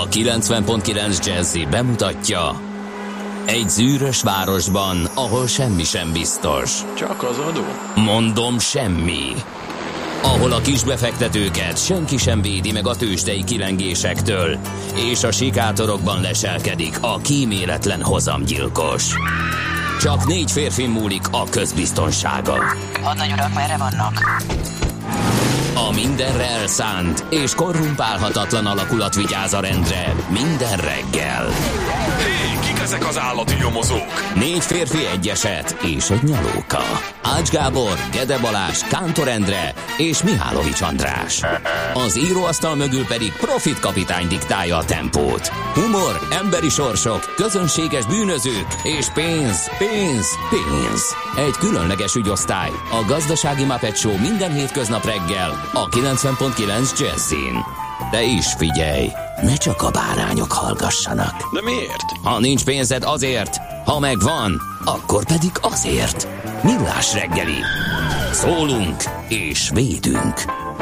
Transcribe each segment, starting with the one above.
A 90.9 Jazzy bemutatja: egy zűrös városban, ahol semmi sem biztos. Csak az adó? Mondom, semmi. Ahol a kisbefektetőket senki sem védi meg a tőzsdei kilengésektől, és a sikátorokban leselkedik a kíméletlen hozamgyilkos. Csak 4 férfi múlik a közbiztonsága. Hadnagy urak, merre vannak? A mindenre elszánt és korrumpálhatatlan alakulat vigyáz a rendre minden reggel. Hé, kik ezek az állati nyomozók? 4 férfi, egy eset és egy nyalóka. Ács Gábor, Gede Balázs, Kántor Endre és Mihálovics András. Az íróasztal mögül pedig Profit kapitány diktálja a tempót. Humor, emberi sorsok, közönséges bűnözők és pénz, pénz, pénz. Egy különleges ügyosztály, a Gazdasági Muppet Show minden hétköznap reggel a 90.9 Jazzin. De is figyelj, ne csak a bárányok hallgassanak. De miért? Ha nincs pénzed, azért, ha megvan, akkor pedig azért. Millás reggeli. Szólunk és védünk.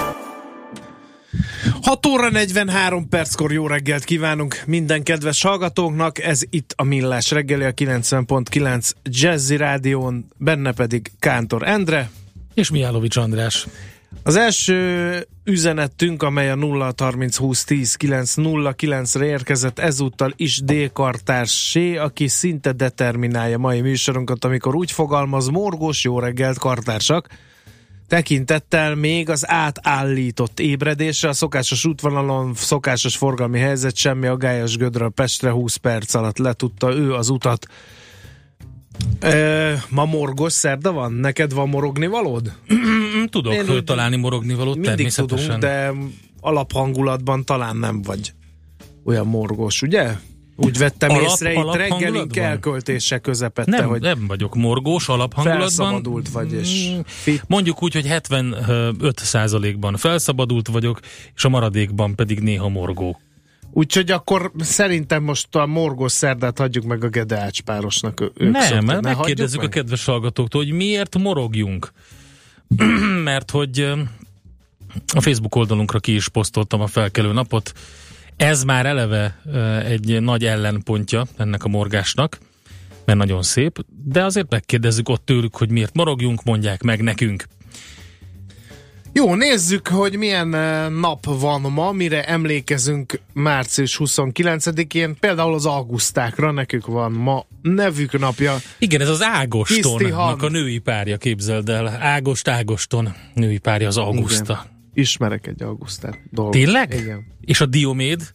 6 óra 43 perckor jó reggelt kívánunk minden kedves hallgatóknak. Ez itt a Millás reggeli, a 90.9 Jazzy Rádión, benne pedig Kántor Endre és Mihálovics András. Az első üzenetünk, amely a 0-30-20-10-9-09-re érkezett, ezúttal is D-kartársé, aki szinte determinálja mai műsorunkat, amikor úgy fogalmaz: morgós jó reggelt, kartársak! Tekintettel még az átállított ébredésre, a szokásos útvonalon, szokásos forgalmi helyzet, semmi aggályos Gödről Pestre 20 perc alatt letudta ő az utat. Ma morgos szerda van? Neked van morogni valód? Tudok találni morogni valót, mindig természetesen. Tudunk, de alaphangulatban talán nem vagy olyan morgos, ugye? Úgy vettem észre itt reggelink elköltése közepette, nem, hogy nem vagyok morgós alaphangulatban. Felszabadult vagy, és mondjuk úgy, hogy 75%-ban felszabadult vagyok, és a maradékban pedig néha morgó. Úgyhogy akkor szerintem most a morgós szerdát hagyjuk meg a Gede Ács párosnak. Nem, mert megkérdezzük a kedves hallgatóktól, hogy miért morogjunk. Mert hogy a Facebook oldalunkra ki is posztoltam a felkelő napot. Ez már eleve egy nagy ellenpontja ennek a morgásnak, mert nagyon szép, de azért megkérdezzük ott tőlük, hogy miért morogjunk, mondják meg nekünk. Jó, nézzük, hogy milyen nap van ma, mire emlékezünk március 29-én. Például az augusztákra, nekük van ma nevük napja. Igen, ez az Ágostonnak a női párja, képzeld el. Ágoston női párja az Auguszta. Igen. Ismerek egy Augustát. Tényleg? Igen. És a Dioméd?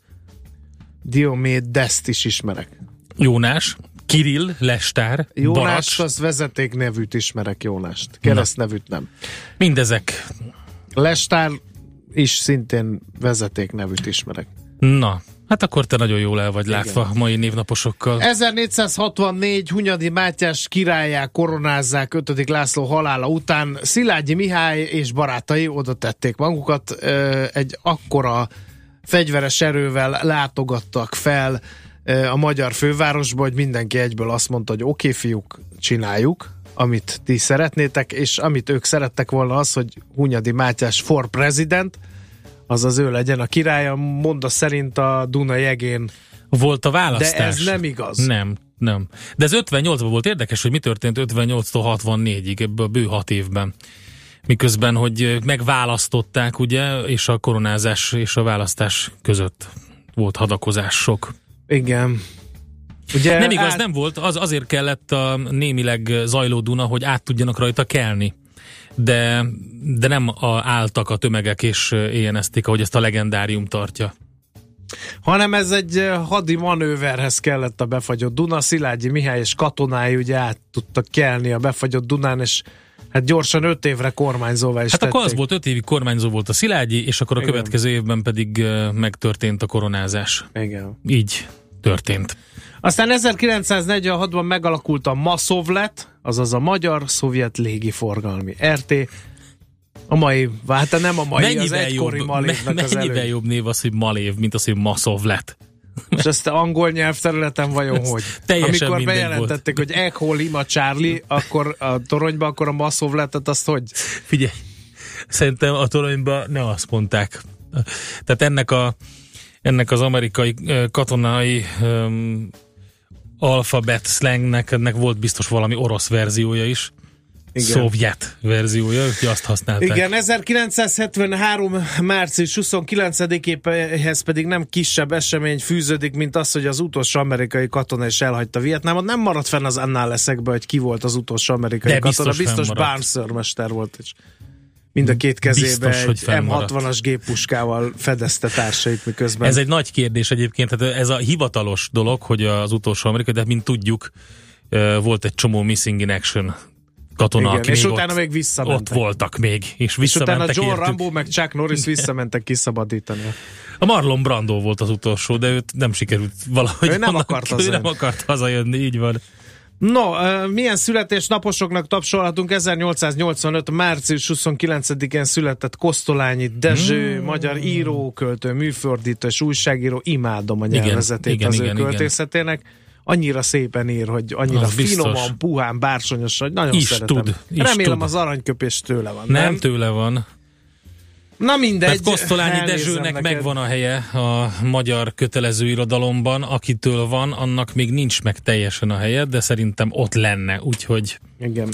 Diomédeszt is ismerek. Jónás, Kirill, Lestár, Jónás, Baracs. az vezetéknevűt ismerek, Jónást. Keresztnevűt nem. Mindezek. Lestár is szintén vezetéknevűt ismerek. Na, hát akkor te nagyon jól el vagy látva mai névnaposokkal. 1464 Hunyadi Mátyás királlyá koronázzák 5. László halála után. Szilágyi Mihály és barátai oda tették magukat, egy akkora fegyveres erővel látogattak fel a magyar fővárosba, hogy mindenki egyből azt mondta, hogy oké, fiúk, csináljuk, amit ti szeretnétek, és amit ők szerettek volna az, hogy Hunyadi Mátyás for president, azaz ő legyen a királya, monda szerint a Duna jegén. Volt a választás. De ez nem igaz. Nem. De ez 58-ban volt érdekes, hogy mi történt 58-tól 64-ig, ebből a bő 6 évben. Miközben, hogy megválasztották, ugye, és a koronázás és a választás között volt hadakozás sok. Igen. Ugye nem igaz, nem volt, azért kellett a némileg zajló Duna, hogy át tudjanak rajta kelni. De nem álltak a tömegek és éjjenezték, ahogy ezt a legendárium tartja. Hanem ez egy hadi manőverhez kellett a befagyott Duna. Szilágyi Mihály és katonái ugye át tudtak kelni a befagyott Dunán, és hát gyorsan 5 évre kormányzóvá is tették. Akkor az volt, 5 évig kormányzó volt a Szilágyi, és akkor a következő évben pedig megtörtént a koronázás. Igen. Így történt. Aztán 1946-ban megalakult a Maszovlet, azaz a Magyar-Szovjet Légiforgalmi RT. A mai, hát nem a mai, mennyivel az egykori jobb, Malévnek az mennyivel jobb név az, hogy Malév, mint az, hogy Maszovlet. És ezt angol nyelvterületen vajon hogy? Amikor bejelentették, hogy Echo Lima Charlie, akkor a toronyba, akkor a Maszovletet azt hogy? Figyelj, szerintem a toronyba nem azt mondták. Tehát ennek a ennek az amerikai katonai alfabet slangnek, ennek volt biztos valami orosz verziója is. Igen. Szovjet verziója, hogy azt használták. Igen, 1973. március 29-éhez pedig nem kisebb esemény fűződik, mint az, hogy az utolsó amerikai katona is elhagyta Vietnámot. Nem maradt fenn az annáleszekbe, hogy ki volt az utolsó amerikai katona. Biztos Barnes őrmester volt, és mind a két kezébe biztos, egy M60-as géppuskával fedezte társait miközben. Ez egy nagy kérdés egyébként, hát ez a hivatalos dolog, hogy az utolsó amerikai, de mint tudjuk, volt egy csomó missing in action katona, igen, aki és még utána még visszamentek. Ott voltak még, és utána John értük. Rambo meg Chuck Norris visszamentek kiszabadítani. A Marlon Brando volt az utolsó, de őt nem sikerült valahogy. Ő nem akart hazajönni, így van. No, milyen születésnaposoknak tapsolhatunk? 1885. március 29-én született Kosztolányi Dezső, magyar író, költő, műfordító és újságíró. Imádom a nyelvezetét az ő költészetének. Annyira szépen ír, hogy annyira az finoman, biztos. Puhán, bársonyos, hogy nagyon szeretem. Remélem az aranyköpés tőle van. Nem tőle van. Na mindegy. Mert Kosztolányi Dezsőnek megvan a helye a magyar kötelező irodalomban, akitől van, annak még nincs meg teljesen a helye, de szerintem ott lenne, úgyhogy... Igen.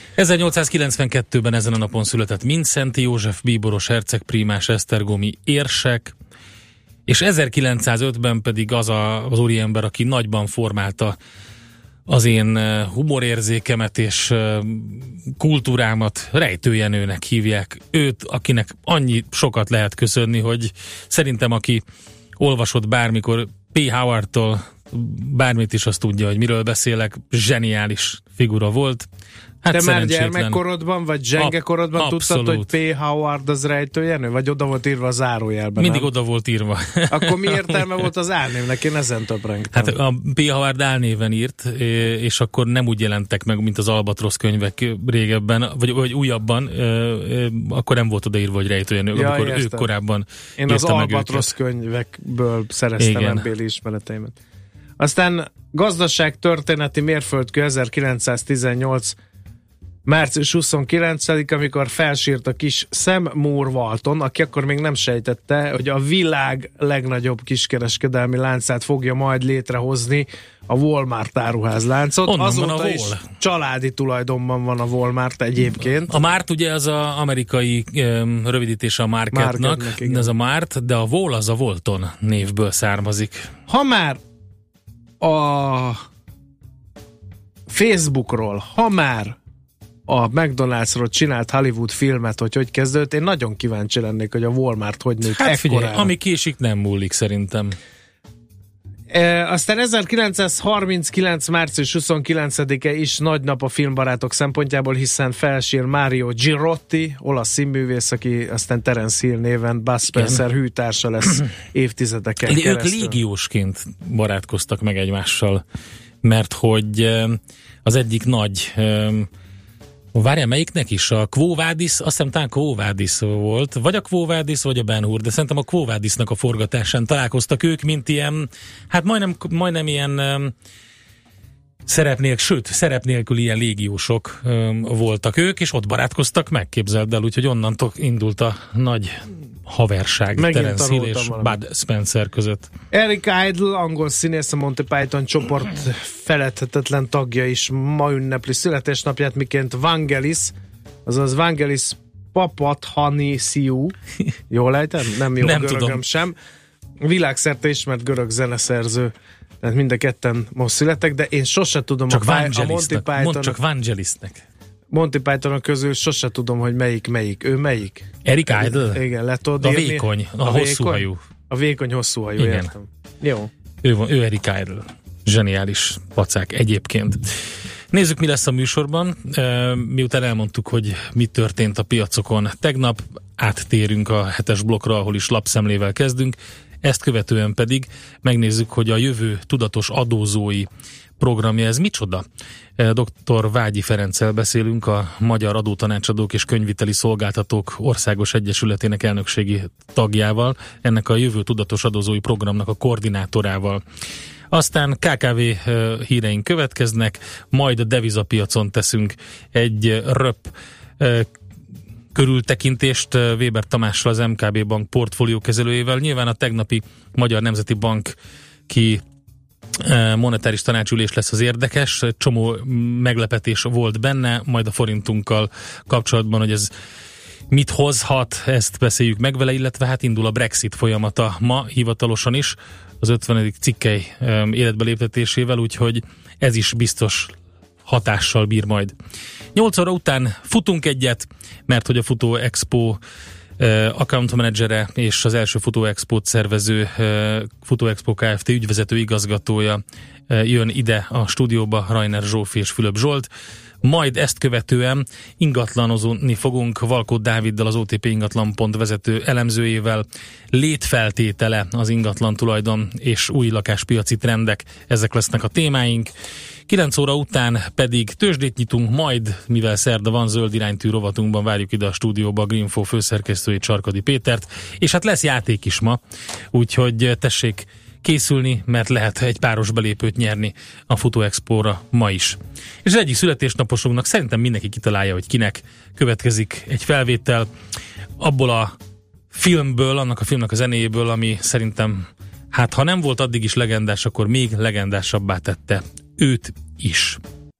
1892-ben ezen a napon született Mindszenty József, bíboros hercegprímás, esztergomi érsek, és 1905-ben pedig az úriember, aki nagyban formálta az én humorérzékemet és kultúrámat, Rejtő Jenőnek hívják őt, akinek annyi sokat lehet köszönni, hogy szerintem aki olvasott bármikor P. Howardtól bármit is, azt tudja, hogy miről beszélek, zseniális figura volt. Hát te már gyermekkorodban, vagy zsengekorodban tudtad, hogy P. Howard az Rejtő Jenő? Vagy oda volt írva a zárójelben? Mindig nem? Oda volt írva. Akkor mi értelme volt az álnévnek? Én ezen töprengtem. Hát a P. Howard álnéven írt, és akkor nem úgy jelentek meg, mint az Albatrosz könyvek régebben, vagy újabban, akkor nem volt odaírva, hogy Rejtő Jenő, ja, amikor ők korábban én az Albatrosz könyvekből szereztem ebbéli ismereteimet. Aztán gazdaságtörténeti mérföldkő 1918. március 29, amikor felsírt a kis Sam Moore Walton, aki akkor még nem sejtette, hogy a világ legnagyobb kiskereskedelmi láncát fogja majd létrehozni, a Walmart áruházláncot. Onnan azóta van a is családi tulajdonban van a Walmart egyébként. A Mart ugye az az amerikai rövidítése a Marketnak, ez a Mart, de a Wall az a Walton névből származik. Ha már a Facebookról, ha már a McDonald'sról csinált Hollywood filmet, hogy kezdődött, én nagyon kíváncsi lennék, hogy a Walmart hogy nőtt ekkorára. Figyelj, ami késik nem múlik szerintem. Aztán 1939. március 29-e is nagy nap a filmbarátok szempontjából, hiszen felsír Mario Girotti, olasz színművész, aki aztán Terence Hill néven Bud Spencer hűtársa lesz évtizedeken keresztül. Ők légiósként barátkoztak meg egymással, mert hogy az egyik nagy... Várjál, melyiknek is? A Quo Vadis, azt hiszem talán Quo Vadis volt, vagy a Quo Vadis, vagy a Ben Hur, de szerintem a Quo Vadisnak a forgatásán találkoztak ők, mint ilyen, hát majdnem ilyen szerep nélkül ilyen légiósok voltak ők, és ott barátkoztak meg, képzeld el, úgyhogy onnantól indult a nagy haverság Terence Hill és Bud Spencer között. Eric Idle, angol színész, a Monty Python csoport feledhetetlen tagja is ma ünnepli születésnapját, miként Vangelis, azaz Vangelis Papadhanisiou, jól ejtem? Nem jó, nem görögöm tudom. Sem. Világszerte ismert görög zeneszerző, tehát mind a ketten most születtek, de én sose tudom csak a Monty Python. Mondd csak Vangelisnek. Monty Python közül sose tudom, hogy melyik. Ő melyik? Eric Idle? Igen, le tudod a írni? Vékony, a hosszú hajú. A vékony hosszú hajú, igen. Értem. Jó. Ő Eric Idle. Zseniális pacák egyébként. Nézzük, mi lesz a műsorban. Miután elmondtuk, hogy mi történt a piacokon tegnap, áttérünk a 7-es blokkra, ahol is lapszemlével kezdünk. Ezt követően pedig megnézzük, hogy a jövő tudatos adózói programja ez micsoda. Dr. Vágyi Ferenccel beszélünk, a Magyar Adótanácsadók és Könyviteli Szolgáltatók Országos Egyesületének elnökségi tagjával, ennek a jövő tudatos adózói programnak a koordinátorával. Aztán KKV híreink következnek, majd a devizapiacon teszünk egy körültekintést Weber Tamással, az MKB Bank portfólió kezelőjével. Nyilván a tegnapi Magyar Nemzeti Bank monetáris tanácsülés lesz az érdekes, csomó meglepetés volt benne, majd a forintunkkal kapcsolatban, hogy ez mit hozhat, ezt beszéljük meg vele, illetve hát indul a Brexit folyamata ma hivatalosan is, az 50. cikkely életbe léptetésével, úgyhogy ez is biztos hatással bír majd. 8 óra után futunk egyet, mert hogy a Futó Expo account managere és az első Futó Expót szervező Futó Expo Kft. Ügyvezető igazgatója jön ide a stúdióba, Rajner Zsófi és Fülöp Zsolt. Majd ezt követően ingatlanozni fogunk Valkó Dáviddal, az OTP ingatlan.hu vezető elemzőjével. Létfeltétele az ingatlan tulajdon és új lakáspiaci trendek, ezek lesznek a témáink. 9 óra után pedig tőzsdét nyitunk, majd, mivel szerda van, zöld iránytű rovatunkban várjuk ide a stúdióba a Greenfo főszerkesztőjét, Csarkadi Pétert, és hát lesz játék is ma, úgyhogy tessék készülni, mert lehet egy páros belépőt nyerni a Futó Expóra ma is. És az egyik születésnaposunknak szerintem mindenki kitalálja, hogy kinek következik egy felvétel abból a filmből, annak a filmnek a zenéjéből, ami szerintem, hát ha nem volt addig is legendás, akkor még legendásabbá tette őt is.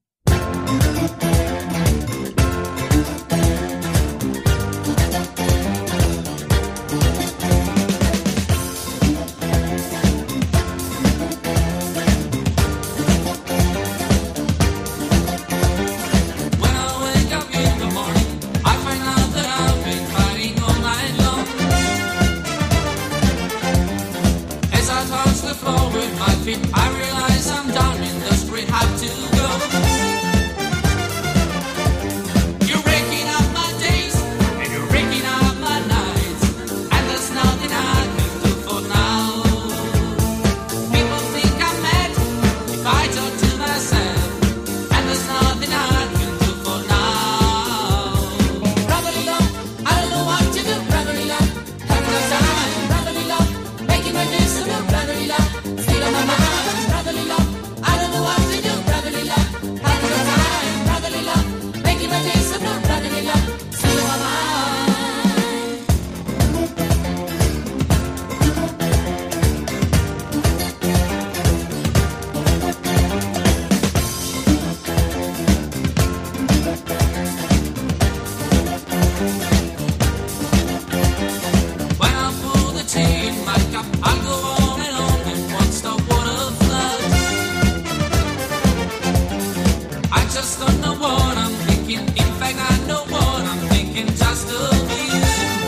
I realize I'm down in the street, have to go. You're breaking up my days, and you're breaking up my nights, and there's nothing I can do for now. People think I'm mad if I talk to myself, and there's nothing I can do for now. Brotherly love, I don't know what to do. Brotherly love, having a time. Brotherly love, making my days so good. Brotherly love, still on my mind. Brotherly love, I don't know what to do. Brotherly love, having a time. Brotherly love, making my days so blue. Brotherly love, still on my mind. When I pour the tea in my cup, I'll go on and on and won't stop water flood. I just don't know what I'm thinking. In fact, I know what I'm thinking just of you.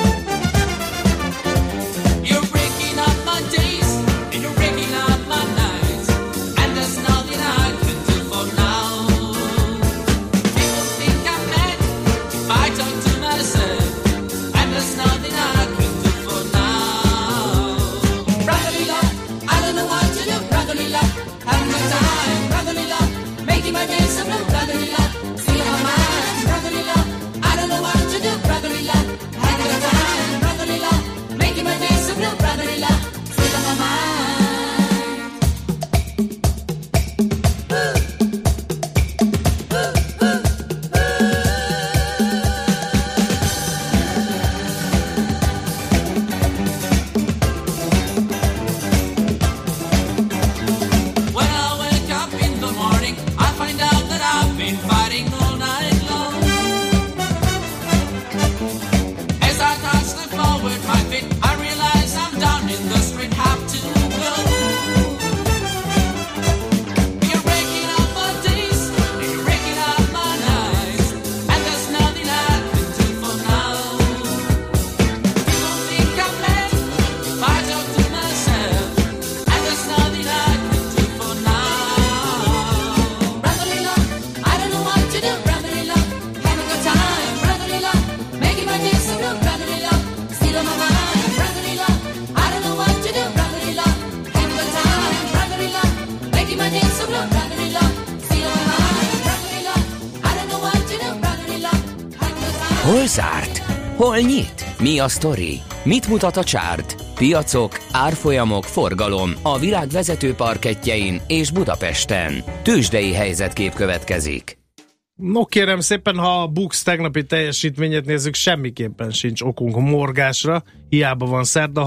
You're breaking up my days, and you're breaking up my nights, and there's nothing I can do for now. People think I'm mad if I talk to myself, and there's nothing I can do for now. Brotherly love, I don't know what to do. Brotherly love, having a time. Brotherly love, making my days so blue. Brotherly love, still on my mind. Brotherly love, I don't know what to do. Brotherly love, having a time. Brotherly love, making my days so blue. Brotherly love, still on my mind. When I wake up in the morning, I find out that I've been fighting all night long. As I touch the floor with my feet, I realize I'm down in the street, have to go. You're breaking up my days, and you're breaking up my nights, and there's nothing I can do for now. People think I'm mad if I talk to myself, and there's nothing I can do for now. Brotherly love, I don't know what to do. Brotherly love, having a time. Brotherly love, making my days so blue. Brotherly love, still on my mind. Brotherly love, I don't know what to do. Brotherly love, having a time. Brotherly love, making my days so blue. Brotherly love, still on my mind. Brotherly love, I don't know what to do. Brotherly love, having a time. Hol zárt? Hol nyit? Mi a sztori? Mit mutat a csárt? Piacok, árfolyamok, forgalom a világ vezető parkettjein és Budapesten. Tőzsdei helyzetkép következik. No kérem szépen, ha a Bux tegnapi teljesítményét nézzük, semmiképpen sincs okunk morgásra. Hiába van szerda,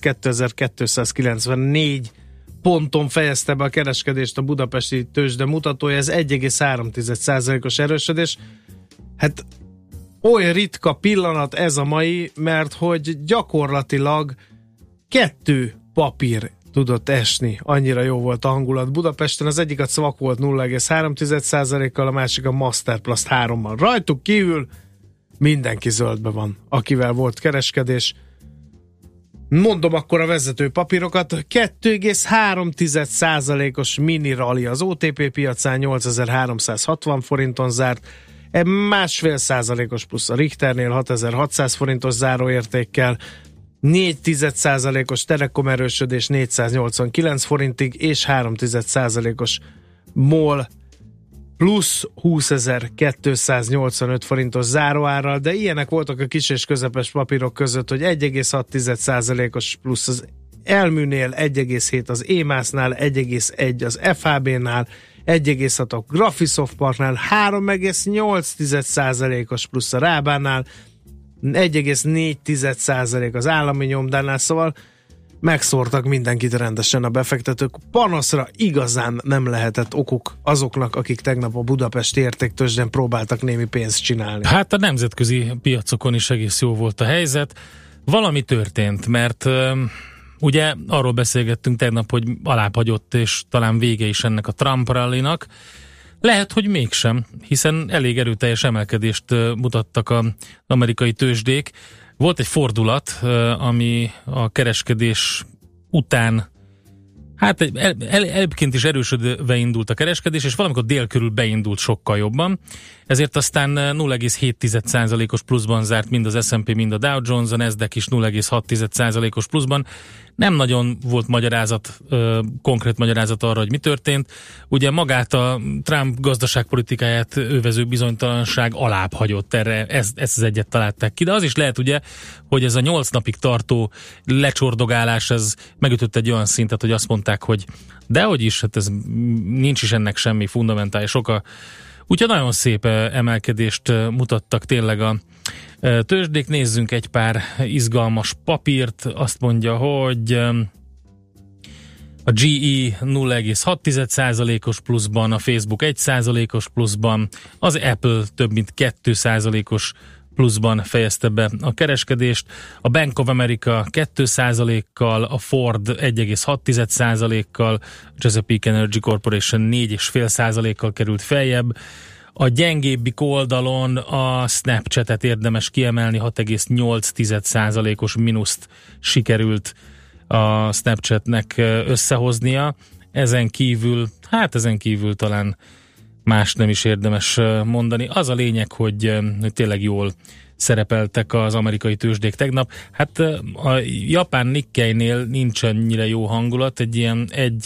32.294 ponton fejezte be a kereskedést a budapesti tőzsde mutatója, ez 1,3%-os erősödés. Hát oly ritka pillanat ez a mai, mert hogy gyakorlatilag 2 papír tudott esni, annyira jó volt a hangulat Budapesten. Az egyik a CVAK volt 0,3%-kal, a másik a Masterplast 3-mal. Rajtuk kívül mindenki zöldben van, akivel volt kereskedés. Mondom akkor a vezető papírokat. 2,3%-os mini rally az OTP piacán, 8360 forinton zárt, 1,5%-os plusz a Richternél 6600 forintos záróértékkel, 4,1%-os Telekom erősödés 489 forintig, és 3,1%-os MOL plusz 20.285 forintos záróárral, de ilyenek voltak a kis és közepes papírok között, hogy 1,6%-os plusz az Elműnél, 1,7 az EMAS-nál, 1,1 az FHB-nál, 1,6 a Graphisoft Parknál, 3,8%-os plusz a Rábánál, 1,4% az állami nyomdánál, szóval megszórtak mindenkit rendesen a befektetők. Panaszra igazán nem lehetett okuk azoknak, akik tegnap a budapesti értéktőzsdén próbáltak némi pénzt csinálni. Hát a nemzetközi piacokon is egész jó volt a helyzet. Valami történt, mert ugye arról beszélgettünk tegnap, hogy alábbhagyott, és talán vége is ennek a Trump rallynak. Lehet, hogy mégsem, hiszen elég erőteljes emelkedést mutattak az amerikai tőzsdék. Volt egy fordulat, ami a kereskedés után, hát egyébként is erősödve indult a kereskedés, és valamikor dél körül beindult sokkal jobban. Ezért aztán 0,7%-os pluszban zárt mind az S&P, mind a Dow Jones, a Nasdaq is 0,6%-os pluszban. Nem nagyon volt magyarázat, konkrét magyarázat arra, hogy mi történt. Ugye magát a Trump gazdaságpolitikáját övező bizonytalanság alább hagyott erre, ezt az egyet találták ki. De az is lehet ugye, hogy ez a 8 napig tartó lecsordogálás, ez megütött egy olyan szintet, hogy azt mondták, hogy dehogy is, hát ez nincs is ennek semmi fundamentális oka. Úgyhogy nagyon szép emelkedést mutattak tényleg a tőzsdék. Nézzünk egy pár izgalmas papírt. Azt mondja, hogy a GE 0,6%-os pluszban, a Facebook 1%-os pluszban, az Apple több mint 2%-os pluszban fejezte be a kereskedést, a Bank of America 2%-kal, a Ford 1,6%-kal, a Chesapeake Energy Corporation 4,5%-kal került feljebb. A gyengébbik oldalon a Snapchatet érdemes kiemelni, 6,8%-os mínuszt sikerült a Snapchatnek összehoznia. Ezen kívül talán más nem is érdemes mondani. Az a lényeg, hogy tényleg jól szerepeltek az amerikai tőzsdék tegnap. Hát a japán Nikkeinél nincs annyira jó hangulat, egy ilyen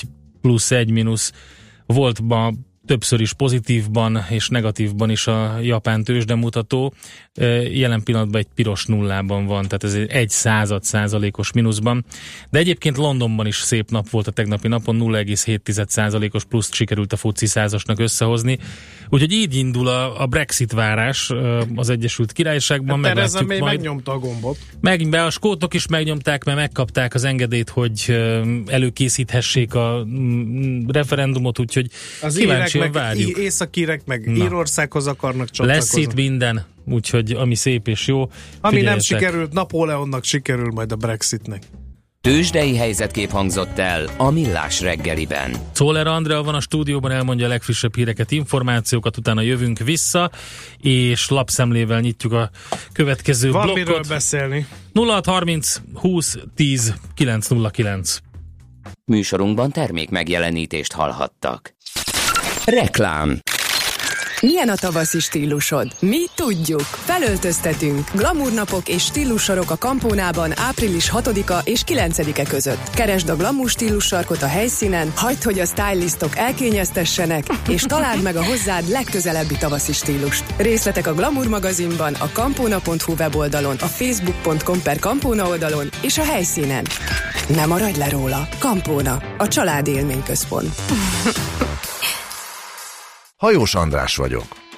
1+1- volt ma többször is pozitívban és negatívban is a japán tőzsdemutató. Jelen pillanatban egy piros nullában van, tehát ez egy 0,1%-os mínuszban. De egyébként Londonban is szép nap volt a tegnapi napon, 0,7%-os pluszt sikerült a FTSE 100-asnak összehozni. Úgyhogy így indul a Brexit várás az Egyesült Királyságban. Hát Theresa May megnyomta a gombot. A skótok is megnyomták, mert megkapták az engedélyt, hogy előkészíthessék a referendumot, úgyhogy az írek meg északírek meg Írországhoz akarnak csatlakozni. Lesz itt minden, úgyhogy ami szép és jó. Ami nem sikerült Napóleonnak, sikerül majd a Brexitnek. Tőzsdei helyzetkép hangzott el a Millás reggeliben. Czoller Andrea van a stúdióban, elmondja a legfrissebb híreket, információkat, utána jövünk vissza, és lapszemlével nyitjuk a következő blokkot. Van miről beszélni. 0630 20 10 909. Műsorunkban termék megjelenítést hallhattak. Reklám. Milyen a tavaszi stílusod? Mi tudjuk. Felöltöztetünk. Glamour napok és stílussorok a Campónában április 6-a és 9-e között. Keresd a Glamour stílus sarkot a helyszínen, hagyd, hogy a stylistok elkényeztessenek, és találd meg a hozzád legközelebbi tavaszi stílust. Részletek a Glamour magazinban, a campona.hu weboldalon, a facebook.com/Campona oldalon és a helyszínen. Ne maradj le róla. Campona, a családi élményközpont. Hajós András vagyok.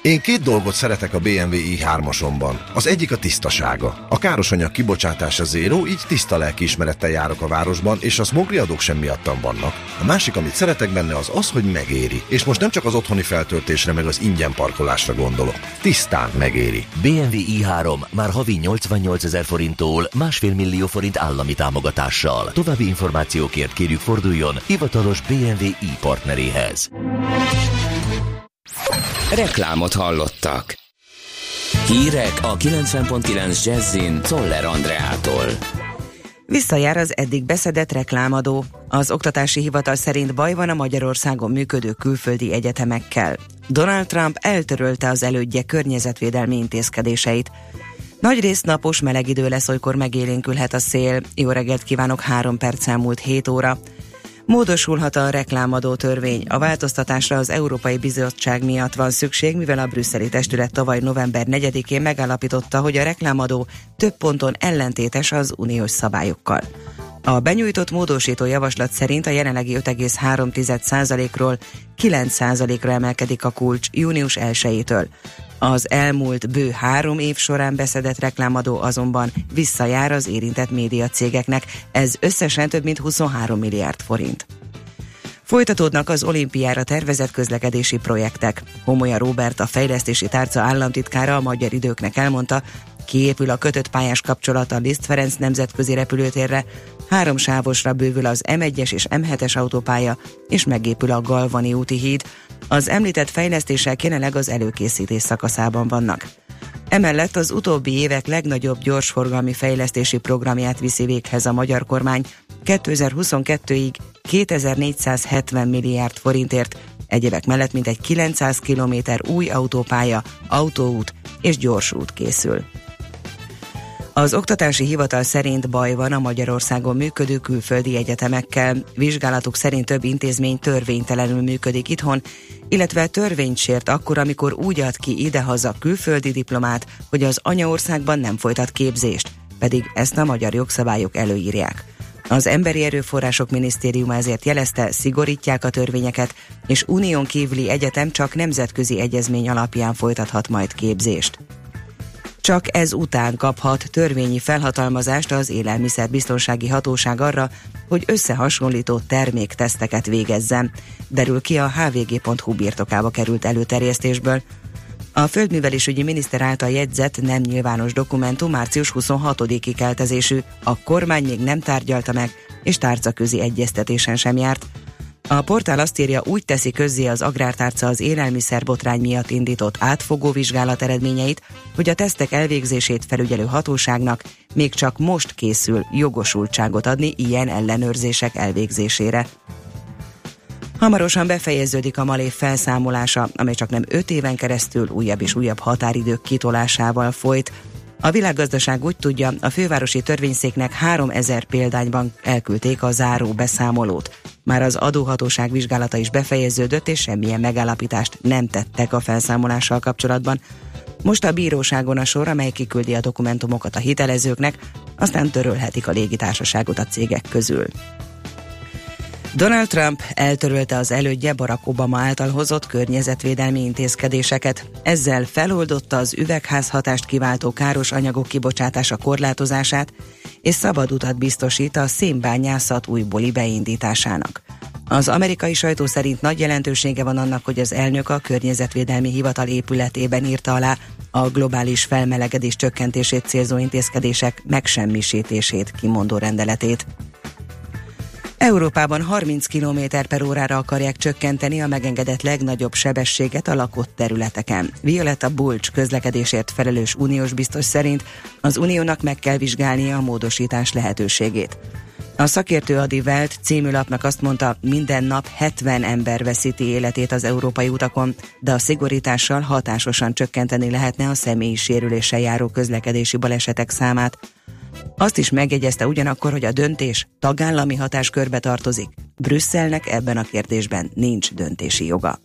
Én két dolgot szeretek a BMW i3-asomban. Az egyik a tisztasága. A károsanyag kibocsátása zéró, így tiszta lelkiismerettel járok a városban, és a smogriadók sem miattam vannak. A másik, amit szeretek benne, az, hogy megéri. És most nem csak az otthoni feltöltésre, meg az ingyen parkolásra gondolok. Tisztán megéri. BMW i3 már havi 88 000 forinttól 1,5 millió forint állami támogatással. További információkért kérjük forduljon hivatalos BMW i partneréhez. Reklámot hallottak. Hírek a 90.9 Jazzin Czoller Andreától. Visszajár az eddig beszedett reklámadó. Az Oktatási Hivatal szerint baj van a Magyarországon működő külföldi egyetemekkel. Donald Trump eltörölte az elődje környezetvédelmi intézkedéseit. Nagyrészt napos, meleg idő lesz, olykor megélénkülhet a szél. Jó reggelt kívánok, 3 perc elmúlt 7 óra. Módosulhat a reklámadó törvény. A változtatásra az Európai Bizottság miatt van szükség, mivel a brüsszeli testület tavaly november 4-én megállapította, hogy a reklámadó több ponton ellentétes az uniós szabályokkal. A benyújtott módosító javaslat szerint a jelenlegi 5,3%-ról 9%-ra emelkedik a kulcs június 1-től. Az elmúlt bő 3 év során beszedett reklámadó azonban visszajár az érintett médiacégeknek, ez összesen több mint 23 milliárd forint. Folytatódnak az olimpiára tervezett közlekedési projektek. Homolya Róbert, a fejlesztési tárca államtitkára a Magyar Időknek elmondta, kiépül a kötött pályás kapcsolat a Liszt Ferenc nemzetközi repülőtérre, 3 sávosra bővül az M1-es és M7-es autópálya, és megépül a Galvani úti híd. Az említett fejlesztések jelenleg az előkészítés szakaszában vannak. Emellett az utóbbi évek legnagyobb gyorsforgalmi fejlesztési programját viszi véghez a magyar kormány 2022-ig 2470 milliárd forintért, egyebek mellett mintegy 900 kilométer új autópálya, autóút és gyorsút készül. Az Oktatási Hivatal szerint baj van a Magyarországon működő külföldi egyetemekkel. Vizsgálatuk szerint több intézmény törvénytelenül működik itthon, illetve törvényt sért akkor, amikor úgy ad ki idehaza külföldi diplomát, hogy az anyaországban nem folytat képzést, pedig ezt a magyar jogszabályok előírják. Az Emberi Erőforrások Minisztériuma ezért jelezte, szigorítják a törvényeket, és unión kívüli egyetem csak nemzetközi egyezmény alapján folytathat majd képzést. Csak ez után kaphat törvényi felhatalmazást az Élelmiszerbiztonsági Hatóság arra, hogy összehasonlító termékteszteket végezzen, derül ki a hvg.hu birtokába került előterjesztésből. A földművelésügyi miniszter által jegyzett nem nyilvános dokumentum március 26-i keltezésű, a kormány még nem tárgyalta meg, és tárcaközi egyeztetésen sem járt. A portál azt írja, úgy teszi közzé az Agrártárca az élelmiszerbotrány miatt indított átfogó vizsgálat eredményeit, hogy a tesztek elvégzését felügyelő hatóságnak még csak most készül jogosultságot adni ilyen ellenőrzések elvégzésére. Hamarosan befejeződik a malév felszámolása, amely csak nem 5 éven keresztül újabb és újabb határidők kitolásával folyt. A Világgazdaság úgy tudja, a fővárosi törvényszéknek 3000 példányban elküldték a záró beszámolót. Már az adóhatóság vizsgálata is befejeződött, és semmilyen megállapítást nem tettek a felszámolással kapcsolatban. Most a bíróságon a sor, amely kiküldi a dokumentumokat a hitelezőknek, aztán törölhetik a légitársaságot a cégek közül. Donald Trump eltörölte az elődje Barack Obama által hozott környezetvédelmi intézkedéseket. Ezzel feloldotta az üvegházhatást kiváltó káros anyagok kibocsátása korlátozását, és szabad utat biztosít a szénbányászat újbóli beindításának. Az amerikai sajtó szerint nagy jelentősége van annak, hogy az elnök a Környezetvédelmi Hivatal épületében írta alá a globális felmelegedés csökkentését célzó intézkedések megsemmisítését kimondó rendeletét. Európában 30 km/órára akarják csökkenteni a megengedett legnagyobb sebességet a lakott területeken. Violetta Bulc közlekedésért felelős uniós biztos szerint az uniónak meg kell vizsgálnia a módosítás lehetőségét. A szakértő a Die Welt című lapnak azt mondta, minden nap 70 ember veszíti életét az európai utakon, de a szigorítással hatásosan csökkenteni lehetne a személyi sérüléssel járó közlekedési balesetek számát. Azt is megjegyezte ugyanakkor, hogy a döntés tagállami hatáskörbe tartozik. Brüsszelnek ebben a kérdésben nincs döntési joga.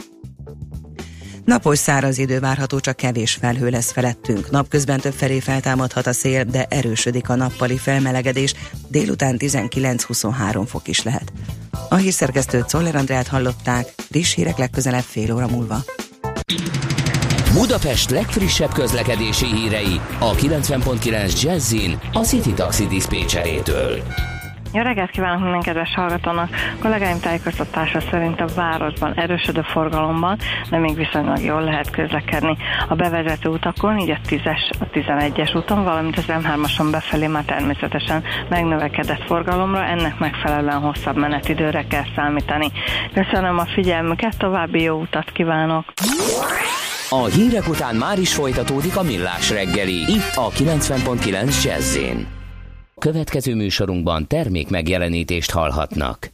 Napos száraz idő várható, csak kevés felhő lesz felettünk. Napközben többfelé feltámadhat a szél, de erősödik a nappali felmelegedés, délután 19-23 fok is lehet. A hírszerkesztőt, Czoller Andreát hallották, friss hírek legközelebb fél óra múlva. Budapest legfrissebb közlekedési hírei a 90.9 Jazzin a City Taxi diszpécserétől. Jó reggelt kívánok minden kedves hallgatónak! Kollégáim tájékoztatása szerint a városban erősödő forgalomban, de még viszonylag jól lehet közlekedni. A bevezető utakon, így a 10-es, a 11-es úton, valamint az M3-ason befelé már természetesen megnövekedett forgalomra, ennek megfelelően hosszabb menetidőre kell számítani. Köszönöm a figyelmüket, további jó utat kívánok! A hírek után már is folytatódik a Millás reggeli, itt a 90.9 Jazz-én. Következő műsorunkban termék megjelenítést hallhatnak.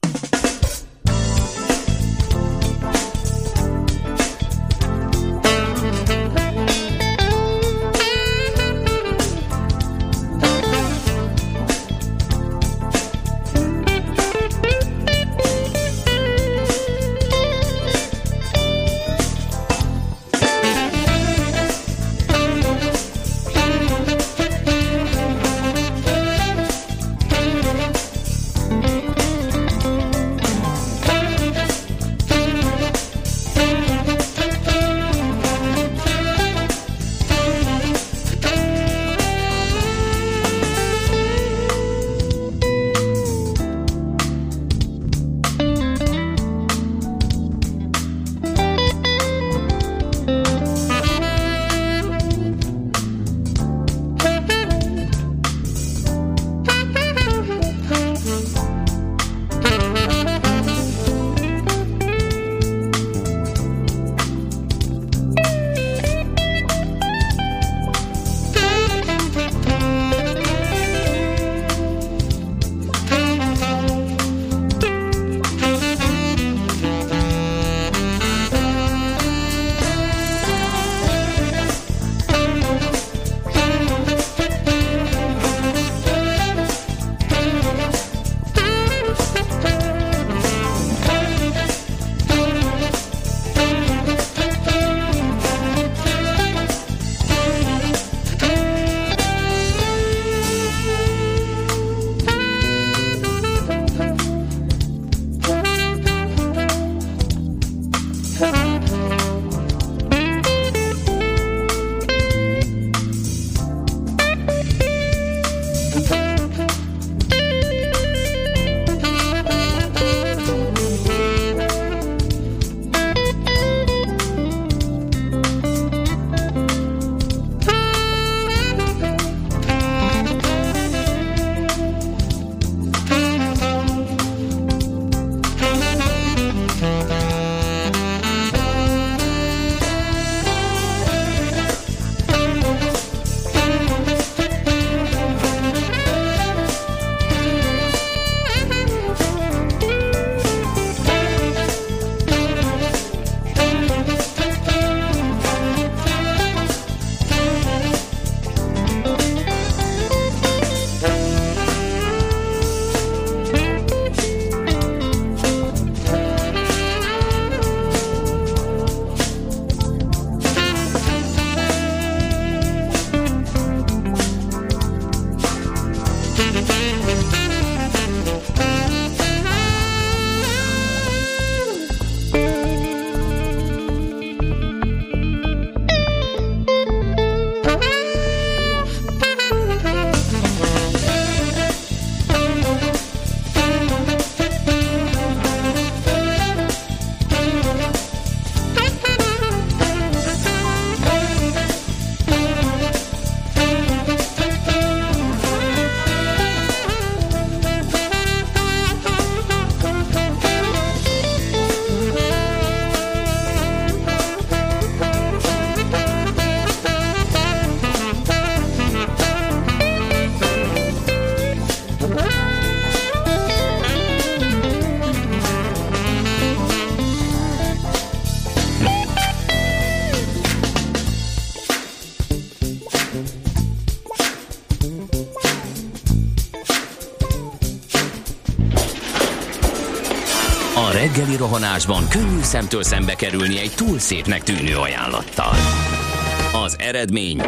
A reggeli rohanásban könnyű szemtől szembe kerülni egy túl szépnek tűnő ajánlattal. Az eredmény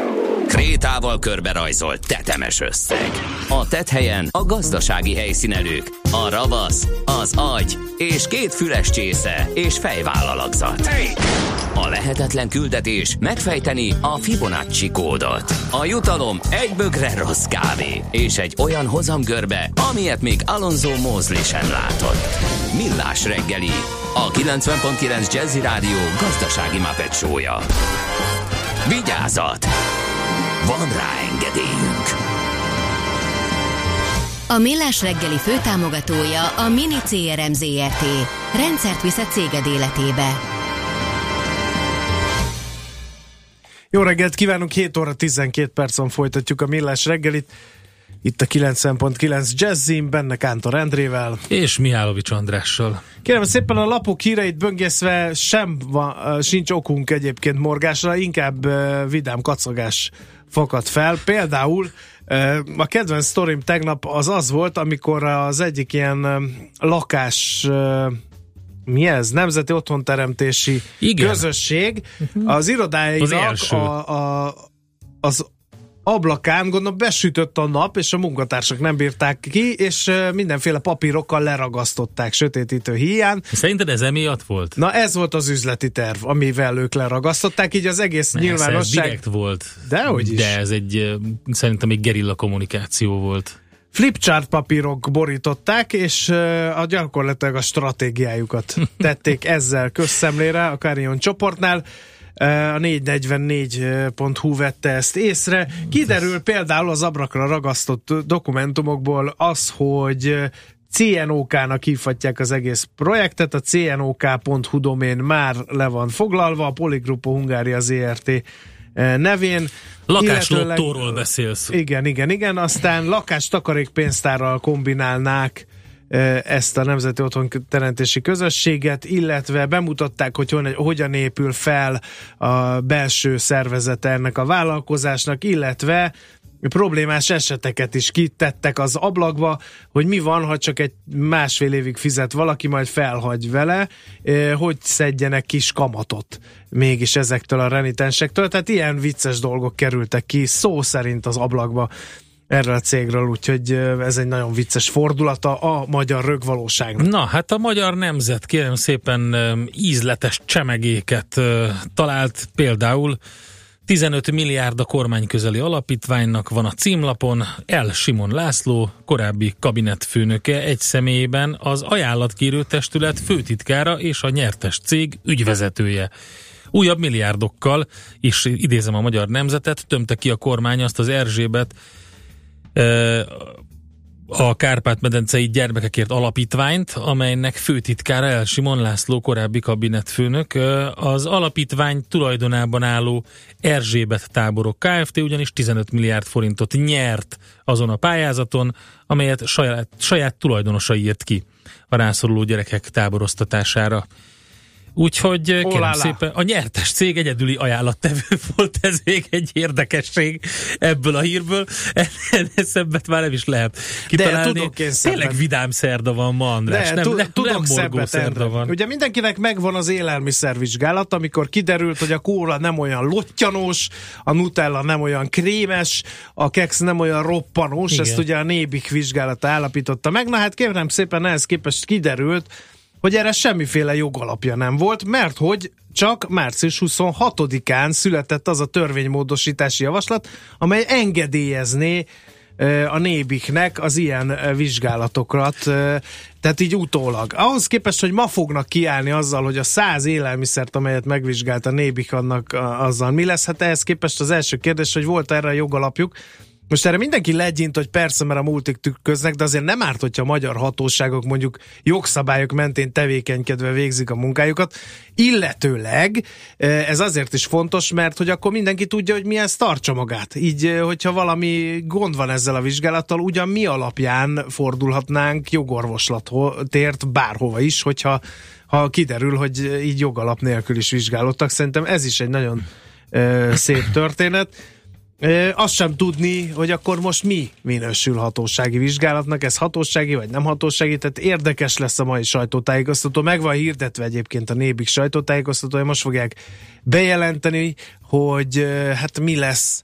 Krétával körberajzolt tetemes összeg. A tetthelyen a gazdasági helyszínelők, a ravasz, az agy és 2 füles csésze és fejvállalakzat. A lehetetlen küldetés megfejteni a Fibonacci kódot. A jutalom egy bögre rossz kávé és egy olyan hozamgörbe, amilyet még Alonso Mosley sem látott. Millás reggeli, a 90.9 Jazzy Rádió gazdasági Muppet show-ja. Vigyázat! Van rá engedélyünk! A Millás reggeli főtámogatója a Mini CRM Zrt. Rendszert visz a céged életébe. Jó reggelt kívánunk, 7 óra 12 percon folytatjuk a Millás reggelit. Itt a 90.9 Jazzin, benne Kántor Endrével. És Mihálovics Andrással. Kérem szépen, a lapok híreit böngészve sincs okunk egyébként morgásra, inkább vidám kacagás fakad fel. Például a kedvenc sztorim tegnap az volt, amikor az egyik ilyen lakás... mi ez? Nemzeti Otthonteremtési Közösség az irodáinak az ablakán, gondolom, besütött a nap, és a munkatársak nem bírták ki, és mindenféle papírokkal leragasztották sötétítő híján. Szerinted ez emiatt volt? Na, ez volt az üzleti terv, amivel ők leragasztották, így az egész nyilvánosság... Ez direkt volt. Dehogy is. De ez szerintem egy gerilla kommunikáció volt. Flipchart papírok borították, és gyakorlatilag a stratégiájukat tették ezzel közszemlére a Carillon csoportnál. A 444.hu vette ezt észre. Kiderül például az abrakra ragasztott dokumentumokból az, hogy CNOK-nak hívhatják az egész projektet, a cnok.hu domén már le van foglalva, a Poligrupo Hungária Zrt. Nevén. Lakáslottóról beszélsz. Igen. Aztán lakástakarékpénztárral kombinálnák ezt a Nemzeti Otthonteremtési Közösséget, illetve bemutatták, hogy hogyan épül fel a belső szervezete ennek a vállalkozásnak, illetve problémás eseteket is kitettek az ablakba, hogy mi van, ha csak egy 1,5 évig fizet valaki, majd felhagy vele, hogy szedjenek kis kamatot mégis ezektől a renitensektől. Tehát ilyen vicces dolgok kerültek ki szó szerint az ablakba erről a cégről, úgyhogy ez egy nagyon vicces fordulata a magyar rögvalóságnak. Na, hát a Magyar Nemzet kérem szépen ízletes csemegéket talált, például 15 milliárd a kormányközeli alapítványnak van a címlapon, L. Simon László, korábbi kabinetfőnöke egy személyében az ajánlatkérő testület főtitkára és a nyertes cég ügyvezetője. Újabb milliárdokkal, és idézem a Magyar Nemzetet, tömte ki a kormány azt az Erzsébet a Kárpát-medencei gyermekekért alapítványt, amelynek főtitkára L. Simon László, korábbi kabinetfőnök. Az alapítvány tulajdonában álló Erzsébet táborok Kft. Ugyanis 15 milliárd forintot nyert azon a pályázaton, amelyet saját tulajdonosa írt ki a rászoruló gyerekek táboroztatására. Úgyhogy kérem szépen, a nyertes cég egyedüli ajánlattevő volt, ez még egy érdekesség ebből a hírből. Ennél szebbet már nem is lehet kitalálni. De tudok én tényleg vidám szerda van ma, András. De, nem morgó szerda van. Ugye mindenkinek megvan az élelmiszervizsgálat, amikor kiderült, hogy a kóla nem olyan lottyanós, a Nutella nem olyan krémes, a keksz nem olyan roppanós, ezt ugye a Nébik vizsgálata állapította meg. Na hát kérem szépen, ehhez képest kiderült, hogy erre semmiféle jogalapja nem volt, mert hogy csak március 26-án született az a törvénymódosítási javaslat, amely engedélyezné a Nébiknek az ilyen vizsgálatokat, tehát így utólag. Ahhoz képest, hogy ma fognak kiállni azzal, hogy a 100 élelmiszert, amelyet megvizsgált a Nébik, annak azzal mi lesz, hát ehhez képest az első kérdés, hogy volt erre a jogalapjuk. Most erre mindenki legyint, hogy persze, mert a multik tükröznek, de azért nem árt, hogyha a magyar hatóságok mondjuk jogszabályok mentén tevékenykedve végzik a munkájukat. Illetőleg ez azért is fontos, mert hogy akkor mindenki tudja, hogy mihez tartsa magát. Így, hogyha valami gond van ezzel a vizsgálattal, ugyan mi alapján fordulhatnánk jogorvoslatért bárhova is, hogyha kiderül, hogy így jogalap nélkül is vizsgálódtak. Szerintem ez is egy nagyon szép történet. Azt sem tudni, hogy akkor most mi minősül hatósági vizsgálatnak, ez hatósági vagy nem hatósági, tehát érdekes lesz a mai sajtótájékoztató. Meg van hirdetve egyébként a Nébik sajtótájékoztatója, most fogják bejelenteni, hogy hát mi lesz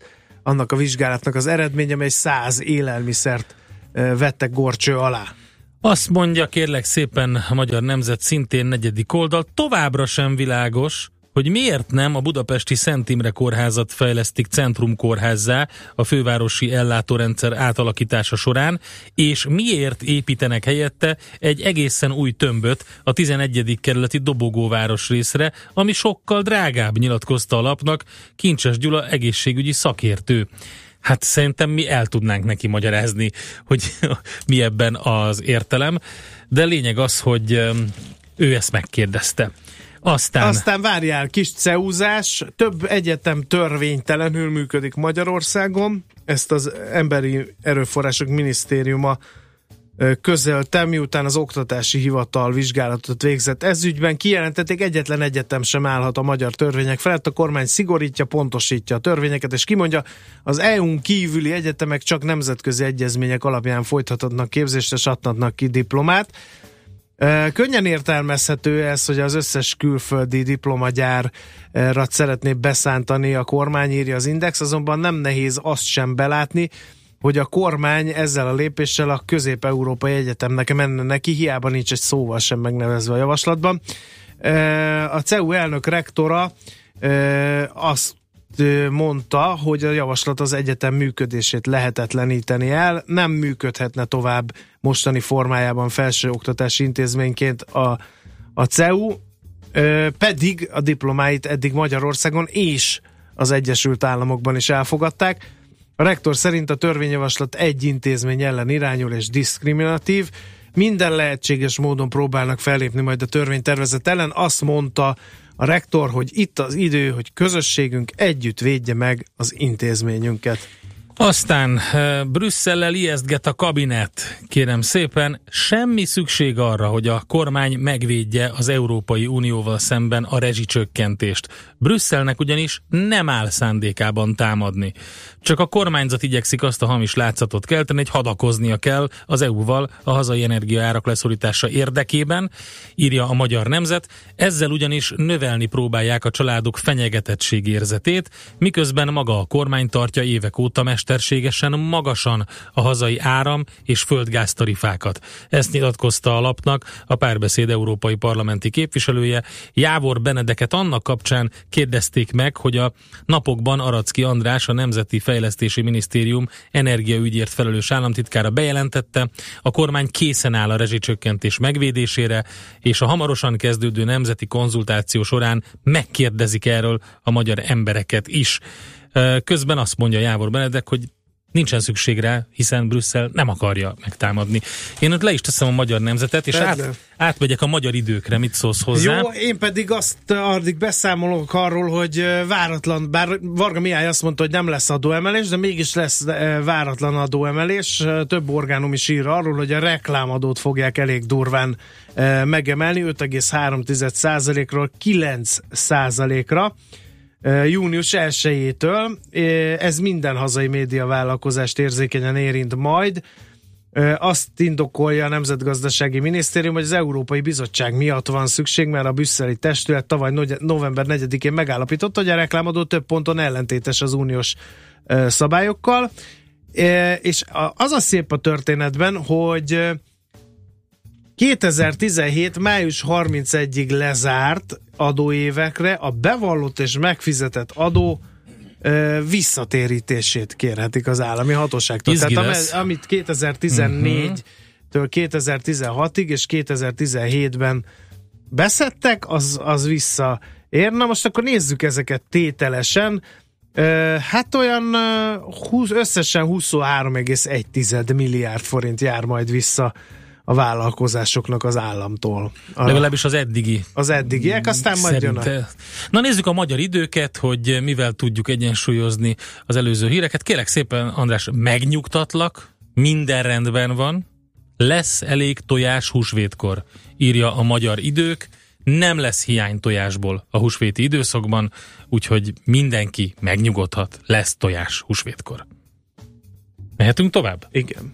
annak a vizsgálatnak az eredménye, amely 100 élelmiszert vettek górcső alá. Azt mondja kérlek szépen a Magyar Nemzet, szintén 4. oldal, továbbra sem világos, hogy miért nem a budapesti Szent Imre kórházat fejlesztik centrumkórházzá a fővárosi ellátórendszer átalakítása során, és miért építenek helyette egy egészen új tömböt a 11. kerületi Dobogóváros részre, ami sokkal drágább, nyilatkozta a lapnak Kincses Gyula egészségügyi szakértő. Hát szerintem mi el tudnánk neki magyarázni, hogy mi ebben az értelem, de lényeg az, hogy ő ezt megkérdezte. Aztán várjál, kis ceúzás, több egyetem törvénytelenül működik Magyarországon, ezt az Emberi Erőforrások Minisztériuma közölte, miután az Oktatási Hivatal vizsgálatot végzett ezügyben, kijelentették, egyetlen egyetem sem állhat a magyar törvények felett, a kormány szigorítja, pontosítja a törvényeket, és kimondja, az EU-n kívüli egyetemek csak nemzetközi egyezmények alapján folytathatnak képzést, és adhatnak ki diplomát. Könnyen értelmezhető ez, hogy az összes külföldi diplomagyárat szeretné beszántani a kormány, írja az Index, azonban nem nehéz azt sem belátni, hogy a kormány ezzel a lépéssel a Közép-Európai Egyetemnek menne neki, hiába nincs egy szóval sem megnevezve a javaslatban. A CEU elnök rektora azt mondta, hogy a javaslat az egyetem működését lehetetleníteni el, nem működhetne tovább mostani formájában felsőoktatási intézményként a CEU, pedig a diplomáit eddig Magyarországon és az Egyesült Államokban is elfogadták. A rektor szerint a törvényjavaslat egy intézmény ellen irányul és diszkriminatív. Minden lehetséges módon próbálnak fellépni majd a törvénytervezet ellen. Azt mondta a rektor, hogy itt az idő, hogy közösségünk együtt védje meg az intézményünket. Aztán Brüsszellel ijesztget a kabinet, kérem szépen, semmi szükség arra, hogy a kormány megvédje az Európai Unióval szemben a rezsicsökkentést. Brüsszelnek ugyanis nem áll szándékában támadni. Csak a kormányzat igyekszik azt a hamis látszatot kelteni, hogy hadakoznia kell az EU-val a hazai energiaárak leszorítása érdekében, írja a Magyar Nemzet. Ezzel ugyanis növelni próbálják a családok fenyegetettségérzetét, miközben maga a kormány tartja évek óta mesterségesen magasan a hazai áram- és földgáztarifákat. Ezt nyilatkozta a lapnak a Párbeszéd európai parlamenti képviselője. Jávor Benedeket annak kapcsán kérdezték meg, hogy a napokban Aracki András, a Nemzeti Fejlesztési Minisztérium energiaügyért felelős államtitkára bejelentette, a kormány készen áll a rezsicsökkentés megvédésére, és a hamarosan kezdődő nemzeti konzultáció során megkérdezik erről a magyar embereket is. Közben azt mondja Jávor Benedek, hogy nincsen szükség rá, hiszen Brüsszel nem akarja megtámadni. Én ott le is teszem a Magyar Nemzetet, és átmegyek a Magyar Időkre. Mit szólsz hozzá? Jó, én pedig addig beszámolok arról, hogy váratlan, bár Varga Mihály azt mondta, hogy nem lesz adóemelés, de mégis lesz váratlan adóemelés. Több orgánum is ír arról, hogy a reklámadót fogják elég durván megemelni, 5,3%-ról 9%-ra. Június 1-től, ez minden hazai médiavállalkozást érzékenyen érint majd. Azt indokolja a Nemzetgazdasági Minisztérium, hogy az Európai Bizottság miatt van szükség, mert a brüsszeli testület tavaly november 4-én megállapította, hogy a reklámadó több ponton ellentétes az uniós szabályokkal. És az a szép a történetben, hogy 2017. május 31-ig lezárt adóévekre a bevallott és megfizetett adó visszatérítését kérhetik az állami hatóságtól. Tehát amit 2014-től 2016-ig és 2017-ben beszedtek, az visszaér. Na most akkor nézzük ezeket tételesen. Hát olyan összesen 23,1 milliárd forint jár majd vissza a vállalkozásoknak az államtól. Legalábbis az eddigi. Az eddigiek, aztán majd jön Na nézzük a Magyar Időket, hogy mivel tudjuk egyensúlyozni az előző híreket. Kérlek szépen, András, megnyugtatlak, minden rendben van, lesz elég tojás húsvétkor, írja a Magyar Idők. Nem lesz hiány tojásból a húsvéti időszakban, úgyhogy mindenki megnyugodhat, lesz tojás húsvétkor. Mehetünk tovább? Igen.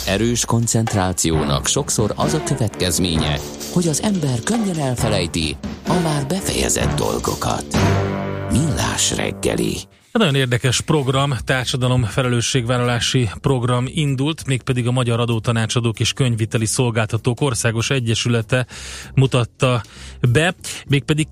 Az erős koncentrációnak sokszor az a következménye, hogy az ember könnyen elfelejti a már befejezett dolgokat. Millás reggeli. Nagyon érdekes program, társadalom felelősségvállalási program indult, mégpedig a Magyar Adótanácsadók és Könyvviteli Szolgáltatók Országos Egyesülete mutatta be, mégpedig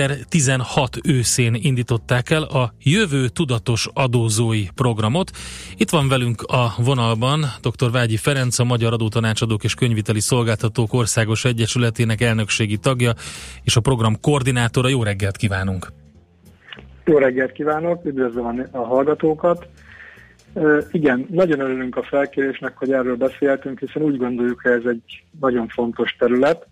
2016 őszén indították el a Jövő Tudatos Adózói programot. Itt van velünk a vonalban dr. Vágyi Ferenc, a Magyar Adótanácsadók és Könyvviteli Szolgáltatók Országos Egyesületének elnökségi tagja és a program koordinátora. Jó reggelt kívánunk! Jó reggelt kívánok, üdvözlöm a hallgatókat. Igen, nagyon örülünk a felkérésnek, hogy erről beszéltünk, hiszen úgy gondoljuk, hogy ez egy nagyon fontos terület.